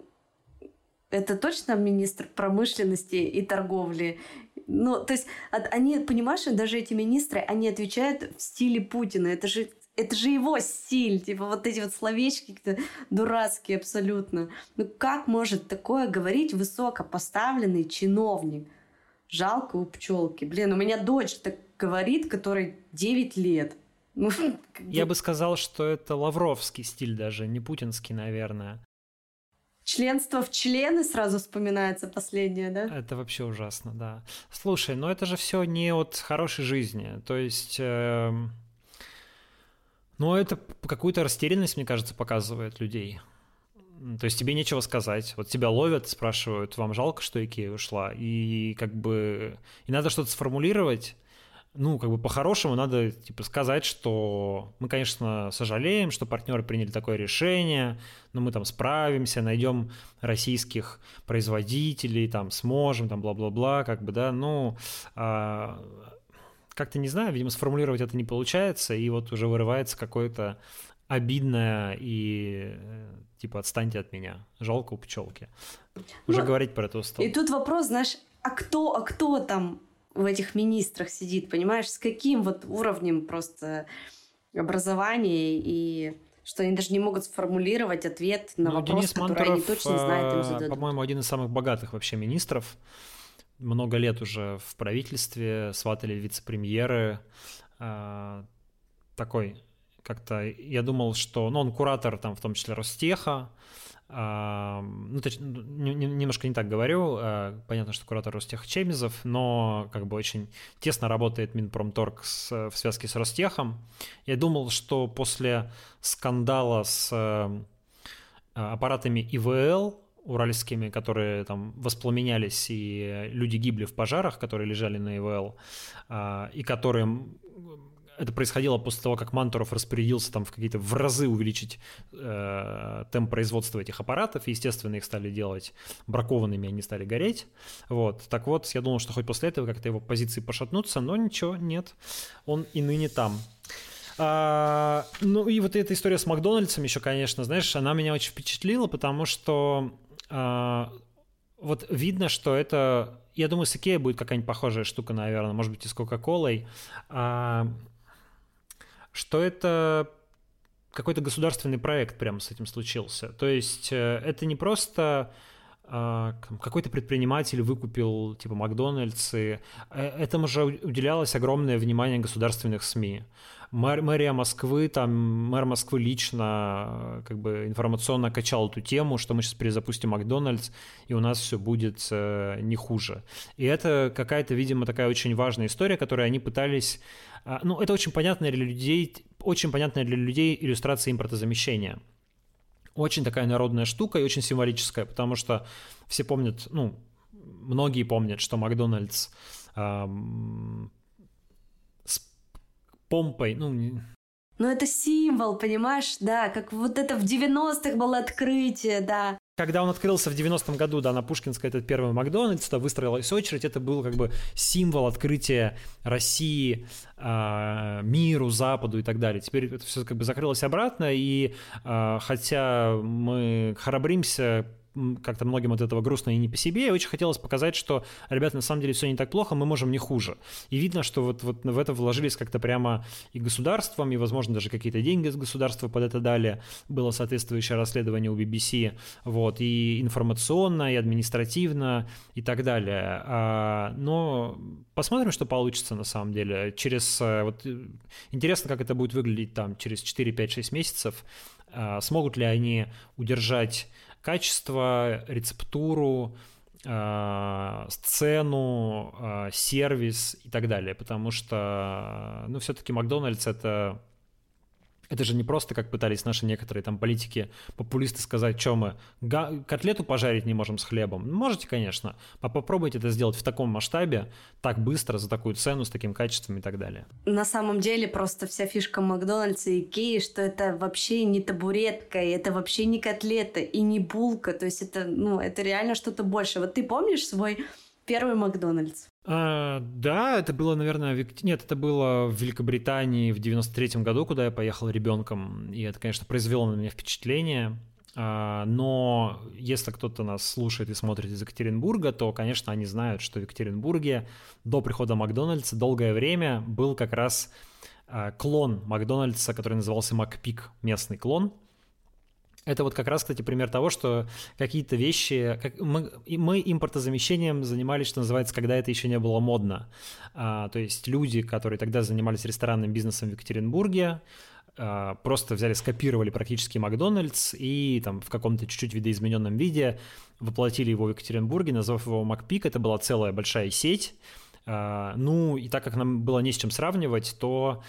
Это точно министр промышленности и торговли? Ну, то есть они, понимаешь, даже эти министры, они отвечают в стиле Путина. Это же, это же его стиль. Типа вот эти вот словечки какие-то дурацкие абсолютно. Ну, как может такое говорить высокопоставленный чиновник? Жалко у пчелки. Блин, у меня дочь так говорит, которой девять лет. Ну, я бы сказал, что это лавровский стиль даже, не путинский, наверное. Членство в члены сразу вспоминается последнее, да? Это вообще ужасно, да. Слушай, но это же все не от хорошей жизни. То есть, э, ну, это какую-то растерянность, мне кажется, показывает людей. То есть тебе нечего сказать. Вот тебя ловят, спрашивают: вам жалко, что Икея ушла? И как бы... И надо что-то сформулировать. Ну, как бы по-хорошему надо типа сказать, что мы, конечно, сожалеем, что партнеры приняли такое решение, но мы там справимся, найдем российских производителей, там сможем, там бла-бла-бла, как бы, да, ну, а, как-то не знаю, видимо, сформулировать это не получается, и вот уже вырывается какое-то обидное и типа отстаньте от меня, жалко у пчелки. Уже ну, говорить про это устал. И тут вопрос, знаешь, а кто, а кто там в этих министрах сидит, понимаешь, с каким вот уровнем просто образования, и что они даже не могут сформулировать ответ на ну, вопрос, Денис который Мантуров, они точно знают, им зададут. По-моему, один из самых богатых вообще министров. Много лет уже в правительстве, сватали вице-премьеры. Такой как-то, я думал, что... Ну, он куратор там в том числе Ростеха. Uh, ну, точ, не, не, немножко не так говорю, uh, понятно, что куратор Ростеха Чемизов, но как бы очень тесно работает Минпромторг с, в связке с Ростехом. Я думал, что после скандала с uh, аппаратами И В Л уральскими, которые там воспламенялись, и люди гибли в пожарах, которые лежали на И В Л, uh, и которые... Это происходило после того, как Мантуров распорядился там в какие-то в разы увеличить э, темп производства этих аппаратов, и, естественно, их стали делать бракованными, они стали гореть. Вот. Так вот, я думал, что хоть после этого как-то его позиции пошатнутся, но ничего, нет, он и ныне там. А, ну и вот эта история с Макдональдсом еще, конечно, знаешь, она меня очень впечатлила, потому что а, вот видно, что это... Я думаю, с Икеей будет какая-нибудь похожая штука, наверное, может быть, и с Кока-Колой. А, что это какой-то государственный проект прямо с этим случился. То есть это не просто какой-то предприниматель выкупил типа Макдональдс, и этому же уделялось огромное внимание государственных СМИ. Мэр, мэрия Москвы, там мэр Москвы лично как бы информационно качал эту тему, что мы сейчас перезапустим Макдональдс, и у нас все будет э, не хуже. И это какая-то, видимо, такая очень важная история, которую они пытались... Э, ну, это очень понятная для людей, очень понятная для людей иллюстрация импортозамещения. Очень такая народная штука и очень символическая, потому что все помнят, ну, многие помнят, что Макдональдс эм, с помпой, ну... Ну, это символ, понимаешь, да, как вот это в девяностых было открытие, да. Когда он открылся в девяностом году, да, на Пушкинской, этот первый Макдональдс, то выстроилась очередь, это был как бы символ открытия России, э, миру, Западу и так далее. Теперь это все как бы закрылось обратно, и э, хотя мы храбримся, как-то многим от этого грустно и не по себе, и очень хотелось показать, что, ребята, на самом деле все не так плохо, мы можем не хуже. И видно, что вот, вот в это вложились как-то прямо и государством, и, возможно, даже какие-то деньги с государства под это дали. Было соответствующее расследование у би би си, вот, и информационно, и административно, и так далее. А, но посмотрим, что получится на самом деле. Через, вот, интересно, как это будет выглядеть там через четыре, пять, шесть месяцев. А, смогут ли они удержать качество, рецептуру, э, сцену, э, сервис и так далее, потому что, ну, все-таки Макдональдс это, это же не просто, как пытались наши некоторые там политики, популисты сказать, что мы га- котлету пожарить не можем с хлебом. Можете, конечно, попробуйте это сделать в таком масштабе, так быстро, за такую цену, с таким качеством и так далее. На самом деле просто вся фишка Макдональдса и Икеи, что это вообще не табуретка, и это вообще не котлета, и не булка, то есть это, ну, это реально что-то большее. Вот ты помнишь свой первый Макдональдс? А, да, это было, наверное, в... нет, это было в Великобритании в девяносто третьем году, куда я поехал ребенком, и это, конечно, произвело на меня впечатление. А, но если кто-то нас слушает и смотрит из Екатеринбурга, то, конечно, они знают, что в Екатеринбурге до прихода Макдональдса долгое время был как раз а, клон Макдональдса, который назывался Макпик, местный клон. Это вот как раз, кстати, пример того, что какие-то вещи... Как мы, мы импортозамещением занимались, что называется, когда это еще не было модно. А, то есть люди, которые тогда занимались ресторанным бизнесом в Екатеринбурге, а, просто взяли, скопировали практически Макдональдс и там в каком-то чуть-чуть видоизмененном виде воплотили его в Екатеринбурге, назвав его Макпик. Это была целая большая сеть. А, ну и так как нам было не с чем сравнивать, то...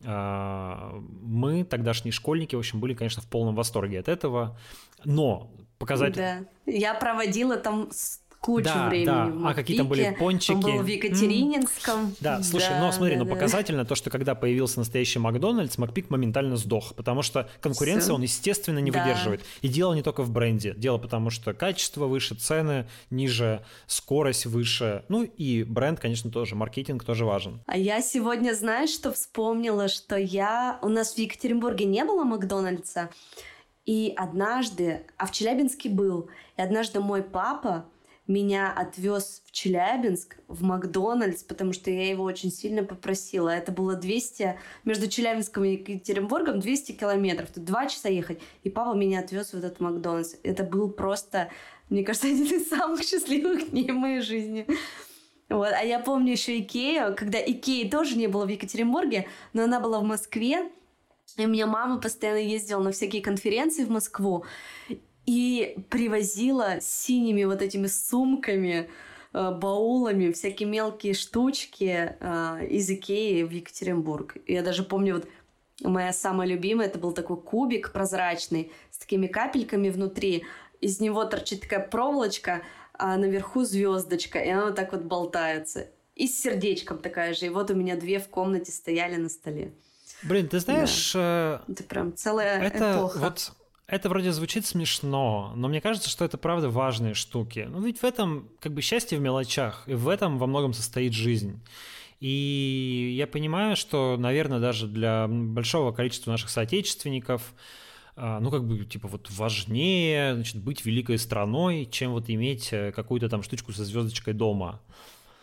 мы, тогдашние школьники, в общем, были, конечно, в полном восторге от этого, но показать... Да, я проводила там кучу да, времени да. в Макпике. А какие там были пончики? Он был в Екатерининском. Mm. Да, слушай, да, ну смотри, да, ну показательно да. то, что когда появился настоящий Макдональдс, Макпик моментально сдох, потому что конкуренция Все. он, естественно, не да. выдерживает. И дело не только в бренде, дело потому что качество выше, цены ниже, скорость выше, ну и бренд, конечно, тоже, маркетинг тоже важен. А я сегодня, знаешь, что вспомнила, что я... У нас в Екатеринбурге не было Макдональдса, и однажды, а в Челябинске был, и однажды мой папа меня отвез в Челябинск, в Макдональдс, потому что я его очень сильно попросила. Это было двести... Между Челябинском и Екатеринбургом двести километров. Тут два часа ехать. И папа меня отвез в этот Макдональдс. Это был просто, мне кажется, один из самых счастливых дней в моей жизни. Вот. А я помню еще Икею, когда Икеи тоже не было в Екатеринбурге, но она была в Москве. И у меня мама постоянно ездила на всякие конференции в Москву. И привозила синими вот этими сумками, э, баулами, всякие мелкие штучки э, из Икеи в Екатеринбург. Я даже помню, вот моя самая любимая, это был такой кубик прозрачный с такими капельками внутри. Из него торчит такая проволочка, а наверху звездочка, и она вот так вот болтается. И с сердечком такая же. И вот у меня две в комнате стояли на столе. Блин, ты знаешь... Да. Это прям целая это эпоха. Вот... Это вроде звучит смешно, но мне кажется, что это правда важные штуки. Ну ведь в этом как бы счастье в мелочах, и в этом во многом состоит жизнь. И я понимаю, что, наверное, даже для большого количества наших соотечественников, ну как бы типа вот важнее, значит, быть великой страной, чем вот иметь какую-то там штучку со звездочкой дома.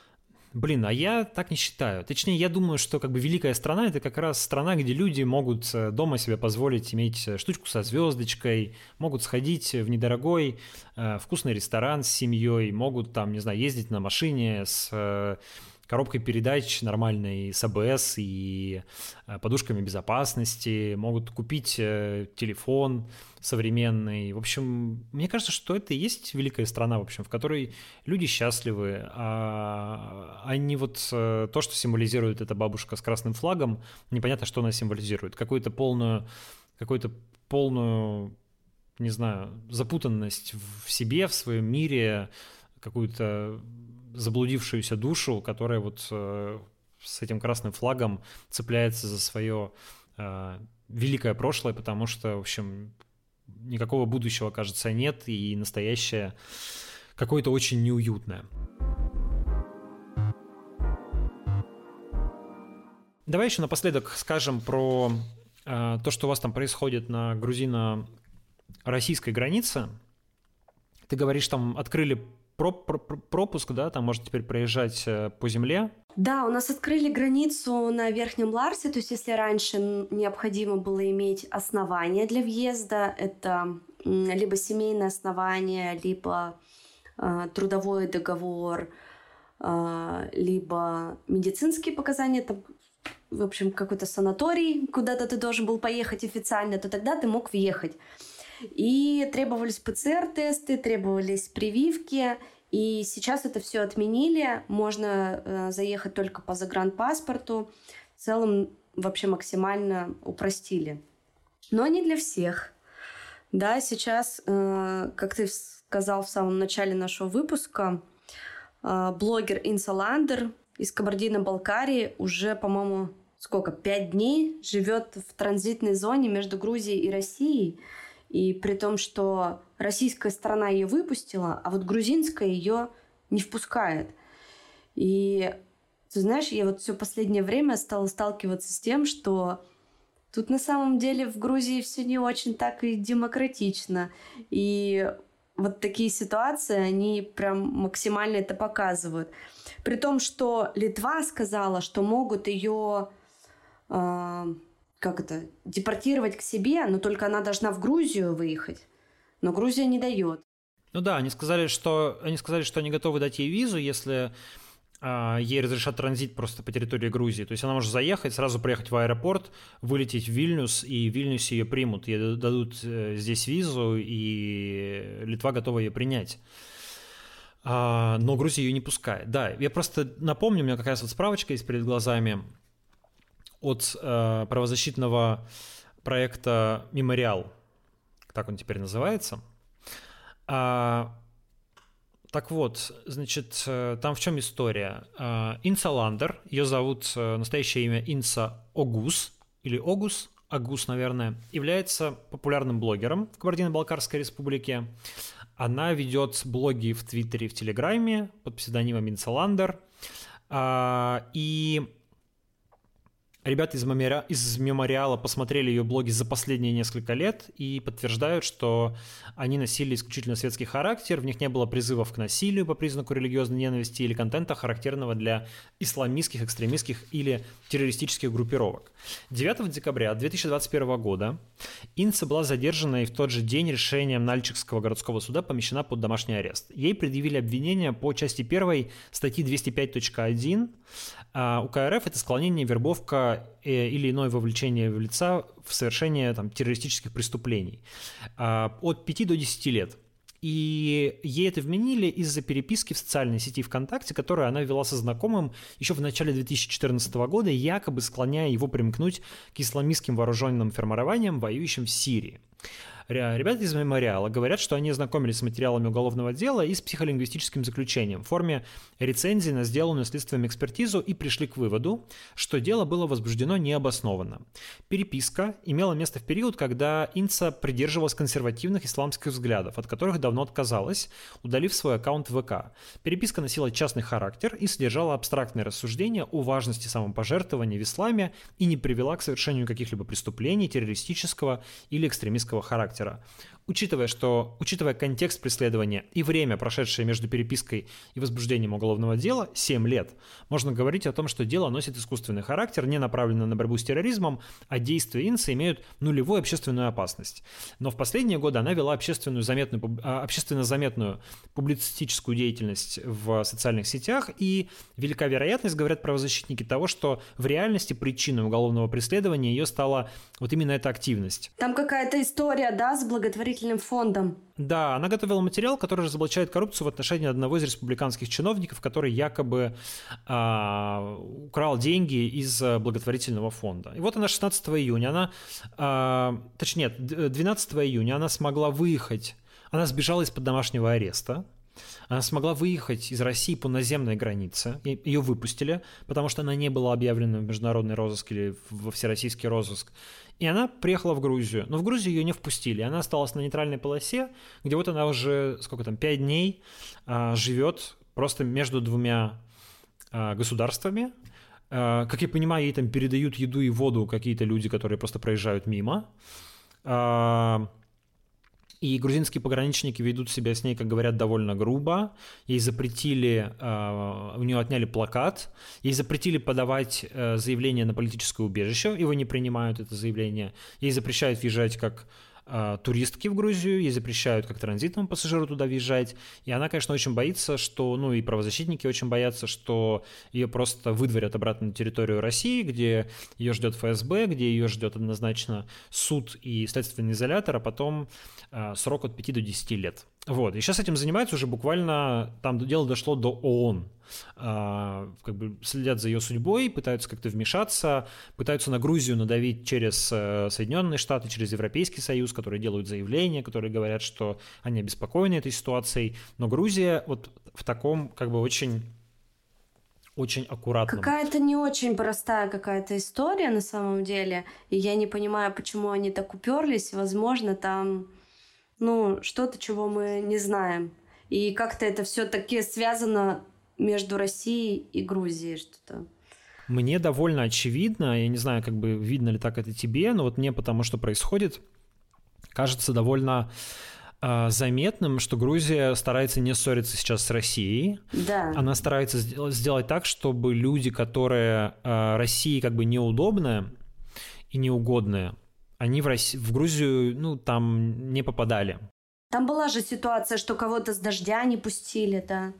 Блин, а я так не считаю. Точнее, я думаю, что как бы великая страна — это как раз страна, где люди могут дома себе позволить иметь штучку со звездочкой, могут сходить в недорогой э, вкусный ресторан с семьей, могут там, не знаю, ездить на машине с э, коробкой передач нормальной, с АБС и э, подушками безопасности, могут купить э, телефон современный. В общем, мне кажется, что это и есть великая страна, в общем, в которой люди счастливы, а, а не вот э, то, что символизирует эта бабушка с красным флагом. Непонятно, что она символизирует. Какую-то полную, какую-то полную, не знаю, запутанность в себе, в своем мире, какую-то заблудившуюся душу, которая вот э, с этим красным флагом цепляется за свое э, великое прошлое, потому что, в общем, никакого будущего, кажется, нет, и настоящее какое-то очень неуютное. Давай еще напоследок скажем про э, то, что у вас там происходит на грузино-российской границе. Ты говоришь, там открыли пропуск, да, там можно теперь проезжать по земле. Да, у нас открыли границу на Верхнем Ларсе, то есть если раньше необходимо было иметь основание для въезда, это либо семейное основание, либо э, трудовой договор, э, либо медицинские показания, там, в общем, какой-то санаторий, куда-то ты должен был поехать официально, то тогда ты мог въехать. И требовались ПЦР-тесты, требовались прививки, и сейчас это все отменили, можно э, заехать только по загранпаспорту, в целом вообще максимально упростили. Но не для всех. Да, сейчас, э, как ты сказал в самом начале нашего выпуска, э, блогер Инсаландер из Кабардино-Балкарии уже, по-моему, сколько, пять дней живет в транзитной зоне между Грузией и Россией. И при том, что российская сторона ее выпустила, а вот грузинская ее не впускает. И ты знаешь, я вот все последнее время стала сталкиваться с тем, что тут на самом деле в Грузии все не очень так и демократично. И вот такие ситуации, они прям максимально это показывают. При том, что Литва сказала, что могут ее... Э- как это, депортировать к себе, но только она должна в Грузию выехать. Но Грузия не дает. Ну да, они сказали, что они, сказали, что они готовы дать ей визу, если а, ей разрешат транзит просто по территории Грузии. То есть она может заехать, сразу приехать в аэропорт, вылететь в Вильнюс, и в Вильнюсе ее примут. Ей дадут здесь визу, и Литва готова ее принять. А, но Грузия ее не пускает. Да, я просто напомню, у меня как раз вот справочка есть перед глазами от э, правозащитного проекта «Мемориал», так он теперь называется. А, так вот, значит, там в чем история? А, Инса Ландер, ее зовут, настоящее имя Инса Огус, или Огус, Агус, наверное, является популярным блогером в Кабардино-Балкарской республике. Она ведет блоги в Твиттере и в Телеграме под псевдонимом Инса Ландер. А, и... Ребята из, мемори... из мемориала посмотрели ее блоги за последние несколько лет и подтверждают, что они носили исключительно светский характер, в них не было призывов к насилию по признаку религиозной ненависти или контента, характерного для исламистских, экстремистских или террористических группировок. девятого декабря две тысячи двадцать первого года Инса была задержана и в тот же день решением Нальчикского городского суда помещена под домашний арест. Ей предъявили обвинения по части первой статьи двести пять точка один УК РФ — это склонение, вербовка или иное вовлечение в лица в совершение там, террористических преступлений от пяти до десяти лет. И ей это вменили из-за переписки в социальной сети ВКонтакте, которую она вела со знакомым еще в начале две тысячи четырнадцатого года, якобы склоняя его примкнуть к исламистским вооруженным формированиям, воюющим в Сирии. Ребята из мемориала говорят, что они ознакомились с материалами уголовного дела и с психолингвистическим заключением в форме рецензии на сделанную следствием экспертизу и пришли к выводу, что дело было возбуждено необоснованно. Переписка имела место в период, когда Инса придерживалась консервативных исламских взглядов, от которых давно отказалась, удалив свой аккаунт в ВК. Переписка носила частный характер и содержала абстрактные рассуждения о важности самопожертвования в исламе и не привела к совершению каких-либо преступлений террористического или экстремистского характера. учитывая, что, учитывая контекст преследования и время, прошедшее между перепиской и возбуждением уголовного дела, семь лет, можно говорить о том, что дело носит искусственный характер, не направлено на борьбу с терроризмом, а действия Инцы имеют нулевую общественную опасность. Но в последние годы она вела общественную заметную, общественно заметную публицистическую деятельность в социальных сетях, и велика вероятность, говорят правозащитники, того, что в реальности причиной уголовного преследования ее стала вот именно эта активность. Там какая-то история, да, с благотворительным фондом. Да, она готовила материал, который разоблачает коррупцию в отношении одного из республиканских чиновников, который якобы а, украл деньги из благотворительного фонда. И вот она шестнадцатого июня, она, а, точнее, двенадцатого июня она смогла выехать, она сбежала из-под домашнего ареста. Она смогла выехать из России по наземной границе. Ее выпустили, потому что она не была объявлена в международный розыск или во всероссийский розыск. И она приехала в Грузию. Но в Грузию ее не впустили. Она осталась на нейтральной полосе, где вот она уже, сколько там, пять дней а, живет просто между двумя а, государствами. А, как я понимаю, ей там передают еду и воду какие-то люди, которые просто проезжают мимо. А, И грузинские пограничники ведут себя с ней, как говорят, довольно грубо. Ей запретили, у нее отняли плакат, ей запретили подавать заявление на политическое убежище, его не принимают, это заявление. Ей запрещают въезжать как туристки в Грузию, ей запрещают как транзитному пассажиру туда въезжать. И она, конечно, очень боится, что, ну и правозащитники очень боятся, что ее просто выдворят обратно на территорию России, где ее ждет эф эс бэ, где ее ждет однозначно суд и следственный изолятор, а потом э, срок от пяти до десяти лет. Вот. И сейчас этим занимаются уже буквально, там дело дошло до ООН. А, как бы следят за ее судьбой, пытаются как-то вмешаться, пытаются на Грузию надавить через э, Соединенные Штаты, через Европейский Союз, которые делают заявления, которые говорят, что они обеспокоены этой ситуацией. Но Грузия вот в таком как бы очень... очень аккуратным. Какая-то не очень простая какая-то история на самом деле. И я не понимаю, почему они так уперлись. Возможно, там ну, что-то, чего мы не знаем. И как-то это все-таки связано между Россией и Грузией что-то. Мне довольно очевидно, я не знаю, как бы видно ли так это тебе, но вот мне потому что происходит, кажется довольно э, заметным, что Грузия старается не ссориться сейчас с Россией. Да. Она старается сделать, сделать так, чтобы люди, которые э, России как бы неудобны и неугодны, они в, Россию, в Грузию, ну, там не попадали. Там была же ситуация, что кого-то с дождя не пустили, да.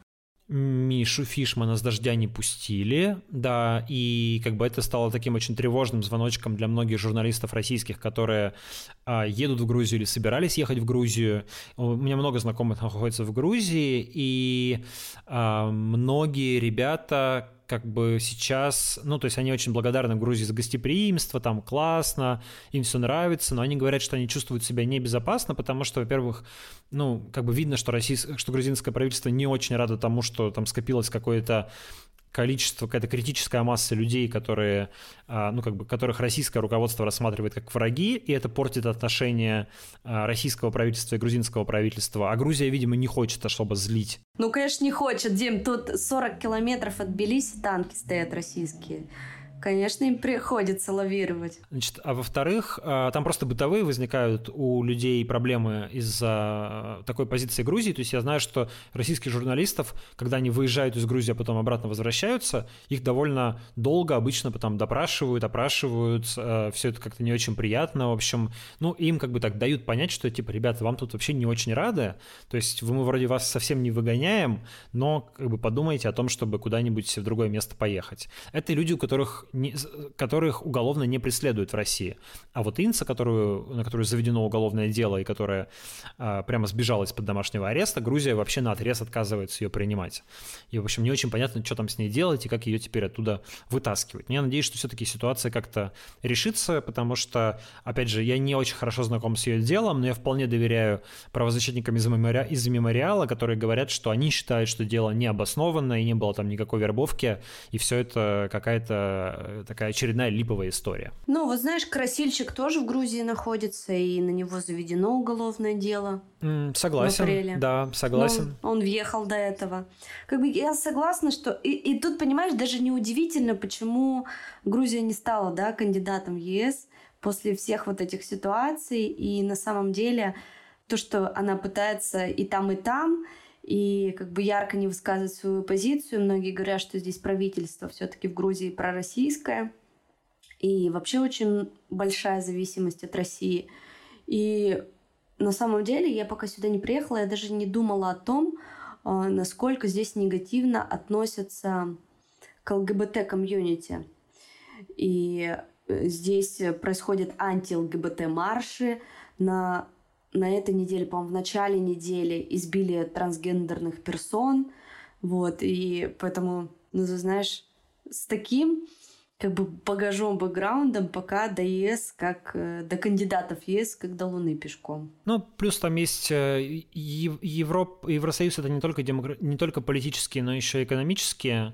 Мишу Фишмана с дождя не пустили, да, и как бы это стало таким очень тревожным звоночком для многих журналистов российских, которые а, едут в Грузию или собирались ехать в Грузию. У меня много знакомых находится в Грузии, и а, многие ребята как бы сейчас, ну, то есть они очень благодарны Грузии за гостеприимство, там классно, им все нравится, но они говорят, что они чувствуют себя небезопасно, потому что, во-первых, ну, как бы видно, что, российское, что грузинское правительство не очень радо тому, что там скопилось какое-то количество, какая-то критическая масса людей, которые, ну, как бы, которых российское руководство рассматривает как враги, и это портит отношения российского правительства и грузинского правительства. А Грузия, видимо, не хочет особо злить. Ну, конечно, не хочет, Дим. Тут сорок километров от Тбилиси танки стоят российские. Конечно, им приходится лавировать. Значит, а во-вторых, там просто бытовые возникают у людей проблемы из-за такой позиции Грузии. То есть я знаю, что российских журналистов, когда они выезжают из Грузии, а потом обратно возвращаются, их довольно долго обычно потом допрашивают, опрашивают. Все это как-то не очень приятно. В общем, ну, им как бы так дают понять, что, типа, ребята, вам тут вообще не очень рады. То есть мы вроде вас совсем не выгоняем, но как бы подумайте о том, чтобы куда-нибудь в другое место поехать. Это люди, у которых Не, которых уголовно не преследуют в России. А вот Инца, которую, на которую заведено уголовное дело и которая а, прямо сбежала из-под домашнего ареста, Грузия вообще наотрез отказывается ее принимать. И, в общем, не очень понятно, что там с ней делать и как ее теперь оттуда вытаскивать. Но я надеюсь, что все-таки ситуация как-то решится, потому что, опять же, я не очень хорошо знаком с ее делом, но я вполне доверяю правозащитникам из, мемори... из мемориала, которые говорят, что они считают, что дело не обоснованно и не было там никакой вербовки, и все это какая-то такая очередная липовая история. Ну, вот знаешь, Красильщик тоже в Грузии находится, и на него заведено уголовное дело. Mm, согласен, в апреле. Да, согласен. Но он въехал до этого. Как бы я согласна, что... И, и тут, понимаешь, даже неудивительно, почему Грузия не стала, да, кандидатом в е эс после всех вот этих ситуаций, и на самом деле то, что она пытается и там, и там, и как бы ярко не высказывать свою позицию. Многие говорят, что здесь правительство все-таки в Грузии пророссийское. И вообще очень большая зависимость от России. И на самом деле я пока сюда не приехала, я даже не думала о том, насколько здесь негативно относятся к ЛГБТ-комьюнити. И здесь происходят анти-ЛГБТ-марши. На, на этой неделе, по-моему, в начале недели избили трансгендерных персон. Вот, и поэтому, ну, ты знаешь, с таким как бы багажом, бэкграундом пока до ЕС, как до кандидатов в ЕС, как до Луны пешком. Ну, плюс там есть Европ... Евросоюз, это не только, демокр... не только политические, но еще и экономические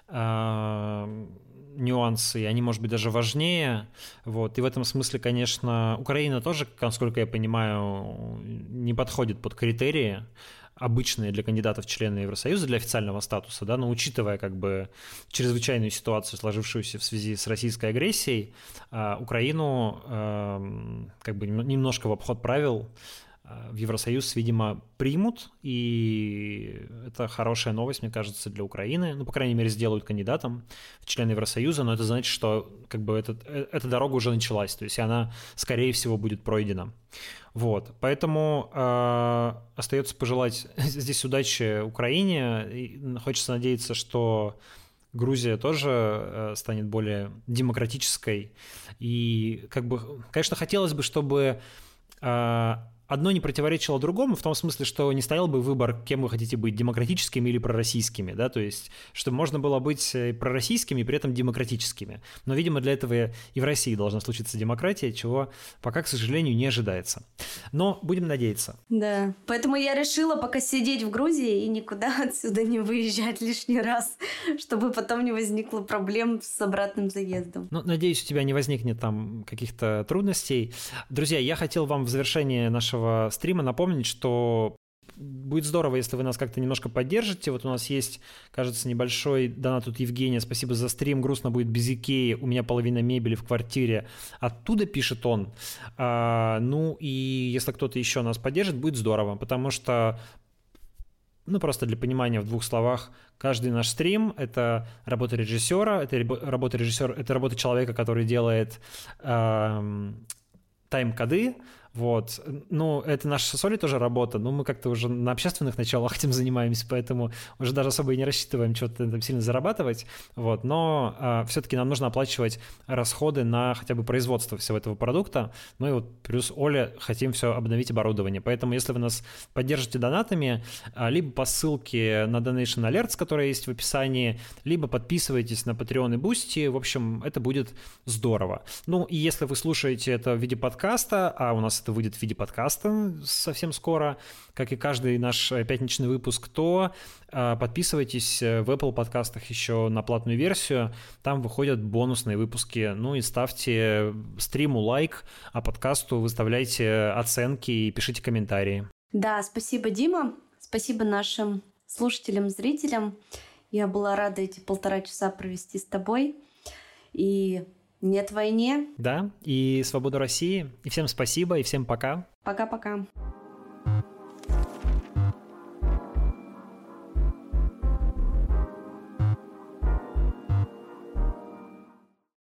э... нюансы, и они, может быть, даже важнее. Вот. И в этом смысле, конечно, Украина тоже, насколько я понимаю, не подходит под критерии обычные для кандидатов в члены Евросоюза, для официального статуса, да, но учитывая как бы чрезвычайную ситуацию, сложившуюся в связи с российской агрессией, Украину как бы немножко в обход правил в Евросоюз, видимо, примут, и это хорошая новость, мне кажется, для Украины. Ну, по крайней мере, сделают кандидатом в члены Евросоюза, но это значит, что как бы этот, эта дорога уже началась, то есть она, скорее всего, будет пройдена. Вот, поэтому э, остается пожелать здесь удачи Украине, и хочется надеяться, что Грузия тоже э, станет более демократической, и как бы, конечно, хотелось бы, чтобы э, одно не противоречило другому, в том смысле, что не стоял бы выбор, кем вы хотите быть, демократическими или пророссийскими, да, то есть, чтобы можно было быть пророссийскими и при этом демократическими. Но, видимо, для этого и в России должна случиться демократия, чего пока, к сожалению, не ожидается. Но будем надеяться. Да, поэтому я решила пока сидеть в Грузии и никуда отсюда не выезжать лишний раз, чтобы потом не возникло проблем с обратным заездом. Ну, надеюсь, у тебя не возникнет там каких-то трудностей. Друзья, я хотел вам в завершении нашего стрима напомнить, что будет здорово, если вы нас как-то немножко поддержите. Вот у нас есть, кажется, небольшой донат от Евгения. Спасибо за стрим. Грустно будет без Икеи. У меня половина мебели в квартире. Оттуда пишет он. А, ну и если кто-то еще нас поддержит, будет здорово, потому что, ну просто для понимания в двух словах, каждый наш стрим — это работа режиссера, это работа режиссера, это работа человека, который делает э, тайм-коды. Вот. Ну, это наша с Олей тоже работа, но мы как-то уже на общественных началах этим занимаемся, поэтому уже даже особо и не рассчитываем что-то там сильно зарабатывать. Вот. Но а, все-таки нам нужно оплачивать расходы на хотя бы производство всего этого продукта. Ну и вот плюс Оля хотим все обновить оборудование. Поэтому если вы нас поддержите донатами, а, либо по ссылке на Donation Alerts, которая есть в описании, либо подписывайтесь на Patreon и Boosty. В общем, это будет здорово. Ну и если вы слушаете это в виде подкаста, а у нас это выйдет в виде подкаста совсем скоро, как и каждый наш пятничный выпуск, то э, подписывайтесь в Apple подкастах еще на платную версию, там выходят бонусные выпуски, ну и ставьте стриму лайк, а подкасту выставляйте оценки и пишите комментарии. Да, спасибо, Дима, спасибо нашим слушателям, зрителям, я была рада эти полтора часа провести с тобой, и нет войне. Да, и свободу России. И всем спасибо, и всем пока. Пока-пока.